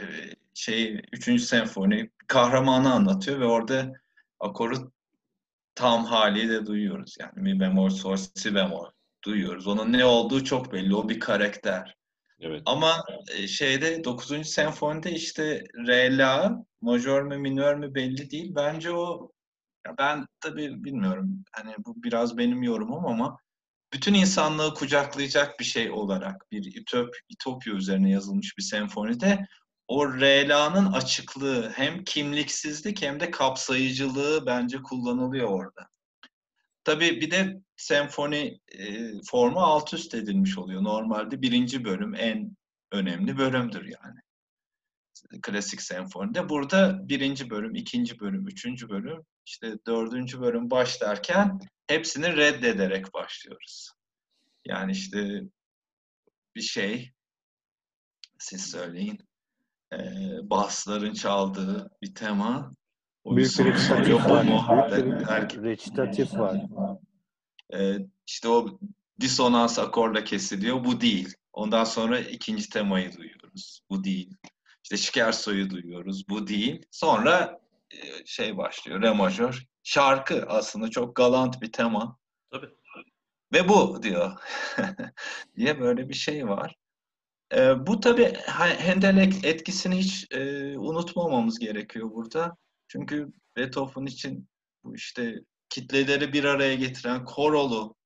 üçüncü senfoni kahramanı anlatıyor ve orada akoru tam haliyle duyuyoruz. Yani mi bemol, sol, si bemol duyuyoruz. Onun ne olduğu çok belli. O bir karakter. Evet. Ama dokuzuncu senfonide işte re la majör mü minör mü belli değil. Bence o, ben tabii bilmiyorum. Hani bu biraz benim yorumum ama bütün insanlığı kucaklayacak bir şey olarak bir ütopya üzerine yazılmış bir senfonide o re-la'nın açıklığı hem kimliksizlik hem de kapsayıcılığı bence kullanılıyor orada. Tabii bir de senfoni formu alt üst edilmiş oluyor. Normalde birinci bölüm en önemli bölümdür yani. Klasik senfonide. Burada birinci bölüm, ikinci bölüm, üçüncü bölüm, işte dördüncü bölüm başlarken hepsini reddederek başlıyoruz. Yani işte bir siz söyleyin, basların çaldığı bir tema. O bir Büyük bir soru soruyor. recitatif Bu var. mu? Büyük bir recitatif var. İşte o disonans akorla kesiliyor. Bu değil. Ondan sonra ikinci temayı duyuyoruz. Bu değil. İşte Scherzo'yu duyuyoruz. Bu değil. Sonra başlıyor. Re majör. Şarkı aslında çok galant bir tema. Tabii. Ve bu diyor. diye böyle bir şey var. Bu tabii Handel etkisini hiç unutmamamız gerekiyor burada. Çünkü Beethoven için bu işte kitleleri bir araya getiren korolu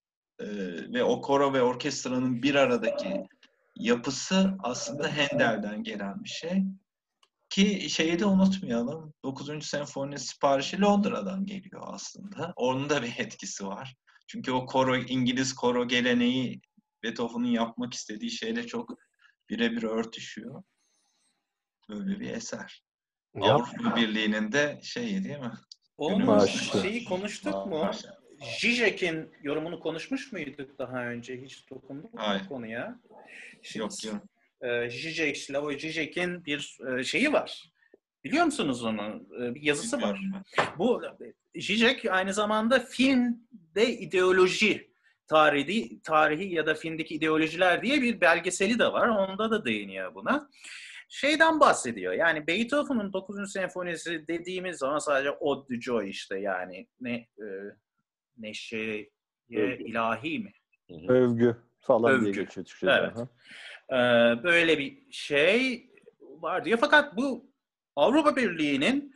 ve o koro ve orkestranın bir aradaki yapısı aslında Handel'den gelen bir şey. Ki şeyi de unutmayalım. 9. senfoninin siparişi Londra'dan geliyor aslında. Onun da bir etkisi var. Çünkü o İngiliz koro geleneği Beethoven'ın yapmak istediği şeyle çok birebir örtüşüyor. Böyle bir eser. Avrupa Birliği'nin de değil mi? Onun şeyi konuştuk mu? Marşı. Zizek'in yorumunu konuşmuş muyduk daha önce? Hiç dokunduk mu bu konuya? Şimdi, Yok. Slavoj Zizek'in bir şeyi var. Biliyor musunuz onu? Bir yazısı var. Bu Zizek aynı zamanda filmde ideoloji tarihi ya da filmdeki ideolojiler diye bir belgeseli de var. Onda da değiniyor buna. Şeyden bahsediyor. Yani Beethoven'ın 9. senfonisi dediğimiz zaman sadece Ode de Joy işte yani neşeye ilahi mi? Övgü falan diye Övgü. geçiyor Türkçe'de. Evet. Böyle bir şey var diyor. Fakat bu Avrupa Birliği'nin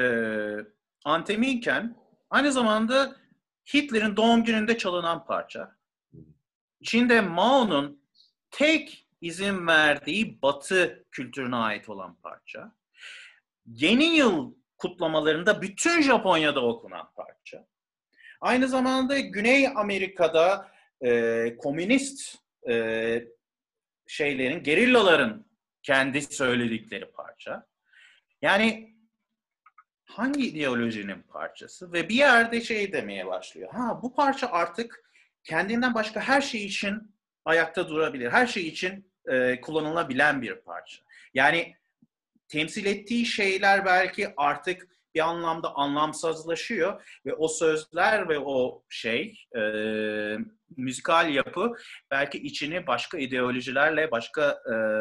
antemiyken aynı zamanda Hitler'in doğum gününde çalınan parça. İçinde Mao'nun tek izin verdiği Batı kültürüne ait olan parça. Yeni yıl kutlamalarında bütün Japonya'da okunan parça. Aynı zamanda Güney Amerika'da komünist gerillaların kendi söyledikleri parça. Yani hangi ideolojinin parçası? Ve bir yerde demeye başlıyor. Bu parça artık kendinden başka her şey için ayakta durabilir. Her şey için kullanılabilen bir parça. Yani temsil ettiği şeyler belki artık bir anlamda anlamsızlaşıyor ve o sözler ve o müzikal yapı belki içini başka ideolojilerle, başka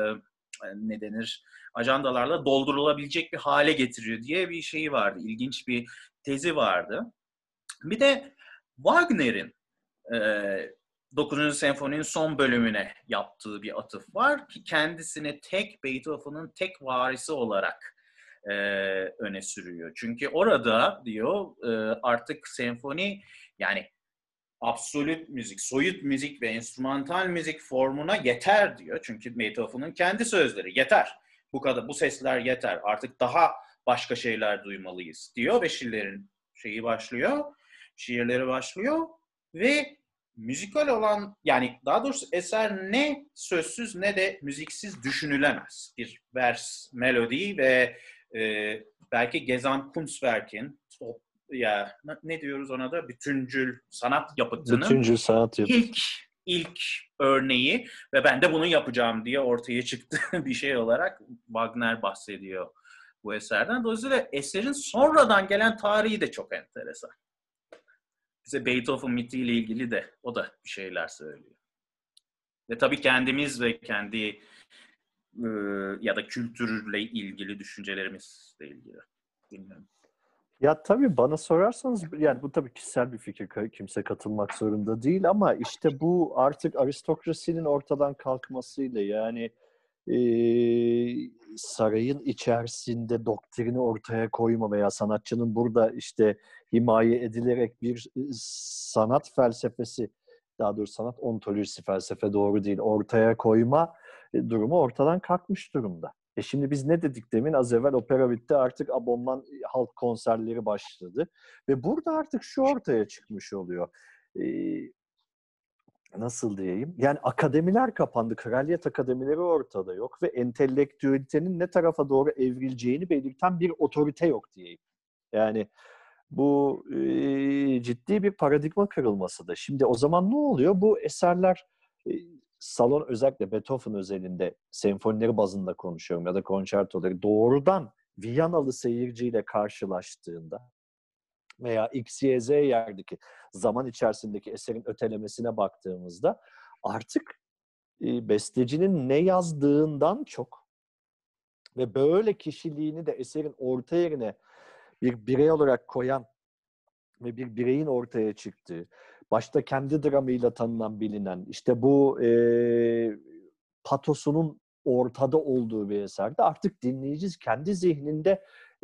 ajandalarla doldurulabilecek bir hale getiriyor diye bir şeyi vardı. İlginç bir tezi vardı. Bir de Wagner'in 9. senfoninin son bölümüne yaptığı bir atıf var ki kendisini Beethoven'ın tek varisi olarak öne sürüyor. Çünkü orada diyor artık senfoni yani absolut müzik, soyut müzik ve enstrümantal müzik formuna yeter diyor. Çünkü Beethoven'ın kendi sözleri yeter. Bu kadar, bu sesler yeter. Artık daha başka şeyler duymalıyız diyor ve şiirleri başlıyor ve müzikal olan, yani daha doğrusu eser ne sözsüz ne de müziksiz düşünülemez. Bir vers, melodi ve belki Gesamtkunstwerk'in ya ne diyoruz ona da, bütüncül sanat yapıtının Bütüncül sanat yapıtı. ilk örneği ve ben de bunu yapacağım diye ortaya çıktı bir şey olarak Wagner bahsediyor bu eserden. Dolayısıyla eserin sonradan gelen tarihi de çok enteresan. Bize Beethoven mitiyle ilgili de o da bir şeyler söylüyor. Ve tabii kendimiz ve kendi ya da kültürle ilgili düşüncelerimizle ilgili. Bilmiyorum. Ya tabii bana sorarsanız, yani bu tabii kişisel bir fikir, kimse katılmak zorunda değil ama işte bu artık aristokrasinin ortadan kalkmasıyla, yani sarayın içerisinde doktrini ortaya koyma veya sanatçının burada işte himaye edilerek bir sanat felsefesi, daha doğrusu sanat ontolojisi, felsefe doğru değil, ortaya koyma durumu ortadan kalkmış durumda. Şimdi biz ne dedik demin? Az evvel opera bitti, artık abonman halk konserleri başladı. Ve burada artık şu ortaya çıkmış oluyor. Nasıl diyeyim? Yani akademiler kapandı. Kraliyet akademileri ortada yok. Ve entelektüelitenin ne tarafa doğru evrileceğini belirten bir otorite yok diyeyim. Yani bu ciddi bir paradigma kırılması da. Şimdi o zaman ne oluyor? Bu eserler salon, özellikle Beethoven özelinde senfonileri bazında konuşuyorum ya da konçertoları, doğrudan Viyanalı seyirciyle karşılaştığında veya X, Y, Z yerdeki zaman içerisindeki eserin ötelemesine baktığımızda artık bestecinin ne yazdığından çok ve böyle kişiliğini de eserin orta yerine bir birey olarak koyan ve bir bireyin ortaya çıktığı, başta kendi dramıyla tanınan, bilinen, işte bu patosunun ortada olduğu bir eserde artık dinleyici kendi zihninde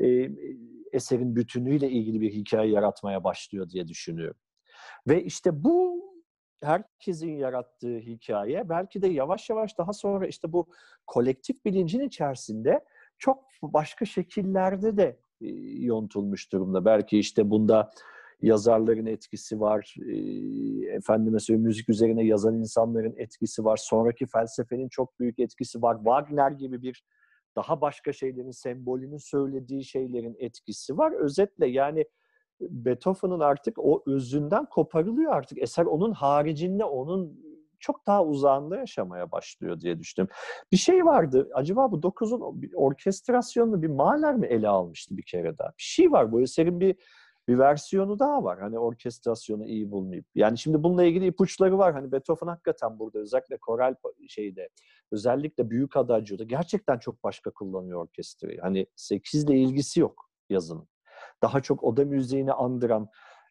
eserin bütünüyle ilgili bir hikaye yaratmaya başlıyor diye düşünüyorum. Ve işte bu herkesin yarattığı hikaye belki de yavaş yavaş daha sonra işte bu kolektif bilincin içerisinde çok başka şekillerde de yontulmuş durumda. Belki işte bunda yazarların etkisi var, efendime söyleyeyim müzik üzerine yazan insanların etkisi var, sonraki felsefenin çok büyük etkisi var, Wagner gibi bir daha başka şeylerin, sembolünün söylediği şeylerin etkisi var. Özetle yani Beethoven'ın artık o özünden koparılıyor artık. Eser onun haricinde, onun çok daha uzağında yaşamaya başlıyor diye düşünüyorum. Bir şey vardı, acaba bu 9'un orkestrasyonunu bir Mahler mi ele almıştı bir kere daha? Bir şey var, bu eserin bir versiyonu daha var. Hani orkestrasyonu iyi bulmayıp. Yani şimdi bununla ilgili ipuçları var. Hani Beethoven hakikaten burada özellikle koral şeyde, özellikle büyük adagio'da gerçekten çok başka kullanıyor orkestrayı. Hani 8'le ilgisi yok yazının. Daha çok oda müziğini andıran,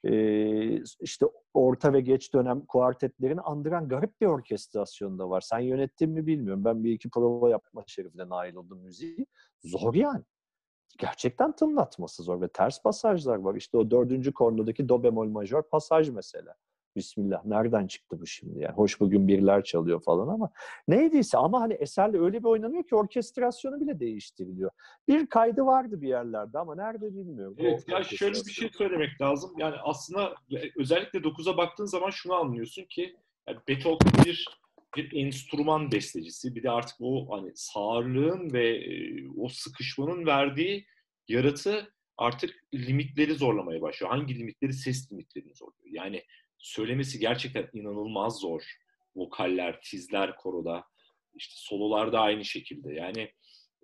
işte orta ve geç dönem kuartetlerini andıran garip bir orkestrasyon da var. Sen yönettin mi bilmiyorum. Ben bir iki prova yapma şerefine nail oldum müziği. Zor yani. Gerçekten tınlatması zor ve ters pasajlar var. İşte o 4. kornodaki do bemol majör pasaj mesela. Bismillah, nereden çıktı bu şimdi? Yani hoş bugün birler çalıyor falan ama neydiyse, ama hani eserle öyle bir oynanıyor ki orkestrasyonu bile değiştiriliyor. Bir kaydı vardı bir yerlerde ama nerede bilmiyorum. Evet, ya şöyle bir şey söylemek lazım. Yani aslında özellikle 9'a baktığın zaman şunu anlıyorsun ki yani Beethoven bir enstrüman bestecisi. Bir de artık o hani sağırlığın ve o sıkışmanın verdiği yaratı artık limitleri zorlamaya başlıyor. Hangi limitleri? Ses limitlerini zorluyor. Yani söylemesi gerçekten inanılmaz zor. Vokaller, tizler koroda, işte sololarda aynı şekilde. Yani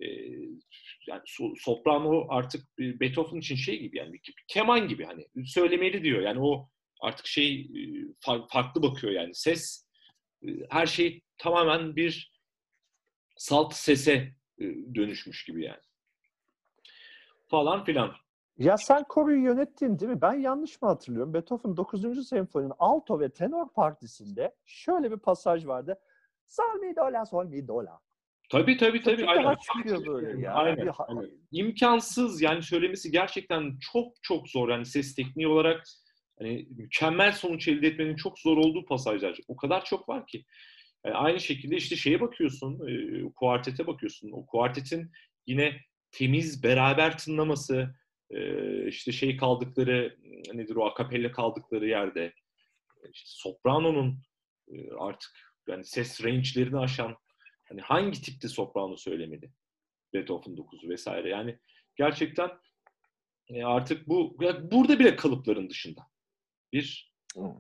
soprano artık Beethoven için şey gibi, yani bir keman gibi, hani söylemeli diyor. Yani o artık farklı bakıyor yani. Ses, her şey tamamen bir salt sese dönüşmüş gibi yani. Falan filan. Ya sen koroyu yönettin değil mi? Ben yanlış mı hatırlıyorum? Beethoven 9. senfoninin alto ve tenor partisinde şöyle bir pasaj vardı. Sol mi do la, sol mi do la. Tabii. Aynen. Çıkıyor böyle ya. Aynen. Yani, imkansız yani, söylemesi gerçekten çok çok zor. Yani ses tekniği olarak hani mükemmel sonuç elde etmenin çok zor olduğu pasajlar o kadar çok var ki. Yani aynı şekilde işte şeye bakıyorsun, kuartete bakıyorsun. O kuartetin yine temiz, beraber tınlaması, işte şey kaldıkları, nedir o, akapella kaldıkları yerde, işte soprano'nun artık yani ses range'lerini aşan, hani hangi tipte soprano söylemedi? Beethoven 9'u vesaire. Yani gerçekten artık bu, burada bile kalıpların dışında bir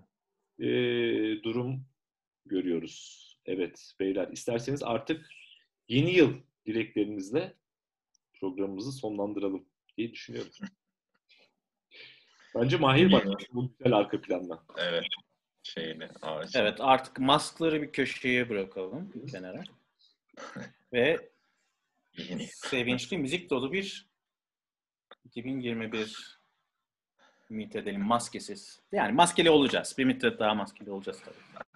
durum görüyoruz. Evet beyler, isterseniz artık yeni yıl dileklerinizle programımızı sonlandıralım diye düşünüyorum. Bence Mahir başladı bu güzel arka planla. Evet. Şeyle, ağaç. Evet, artık maskları bir köşeye bırakalım kenara. Ve Yeni. sevinçli, müzik dolu bir 2021 ümit edelim, maskesiz. Yani maskeli olacağız. Bir müddet daha maskeli olacağız tabii.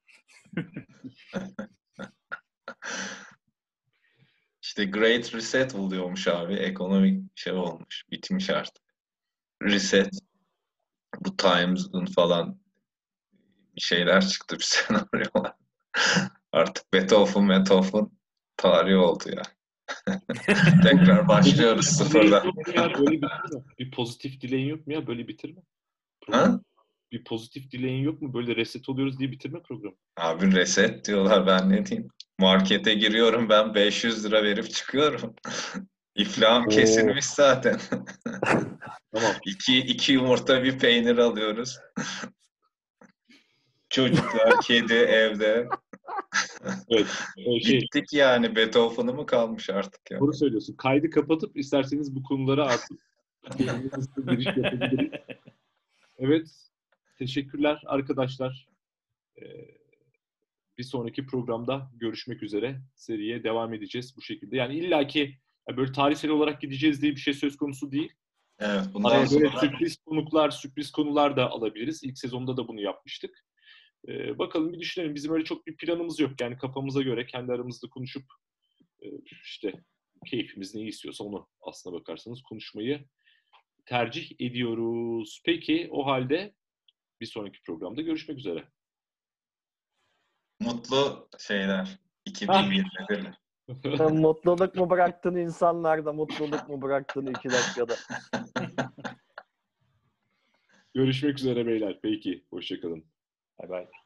İşte Great Reset oluyormuş abi. Ekonomik şey olmuş. Bitmiş artık. Reset. Bu Times'ın falan bir şeyler çıktı, bir senaryolar. Artık Beethoven tarihi oldu ya. Tekrar başlıyoruz sıfırdan. Böyle bitirme. Bir pozitif dileğin yok mu ya? Böyle bitirme. Ha? Bir pozitif dileğin yok mu? Böyle reset oluyoruz diye bitirme programı. Abi reset diyorlar, ben ne diyeyim. Markete giriyorum, ben 500 lira verip çıkıyorum. İflahım kesilmiş zaten. Tamam. İki yumurta bir peynir alıyoruz. Çocuklar, kedi evde. Evet. Bittik yani. Beethoven'ı mı kalmış artık ya? Doğru söylüyorsun. Kaydı kapatıp isterseniz bu konulara artık giriş yapabiliriz. Evet. Teşekkürler arkadaşlar. Bir sonraki programda görüşmek üzere. Seriye devam edeceğiz bu şekilde. Yani illaki böyle tarihsel olarak gideceğiz diye bir şey söz konusu değil. Evet, bundan Araya böyle sonra sürpriz konular da alabiliriz. İlk sezonda da bunu yapmıştık. Bakalım bir düşünelim. Bizim öyle çok bir planımız yok. Yani kafamıza göre kendi aramızda konuşup işte keyfimiz neyi istiyorsa onu aslına bakarsanız konuşmayı tercih ediyoruz. Peki o halde bir sonraki programda görüşmek üzere. mutlu şeyler. 2021'le. Mutluluk mu bıraktın insanlarda? Mutluluk mu bıraktın 2 dakikada? Görüşmek üzere beyler. Peki. Hoşça kalın. Bay bay.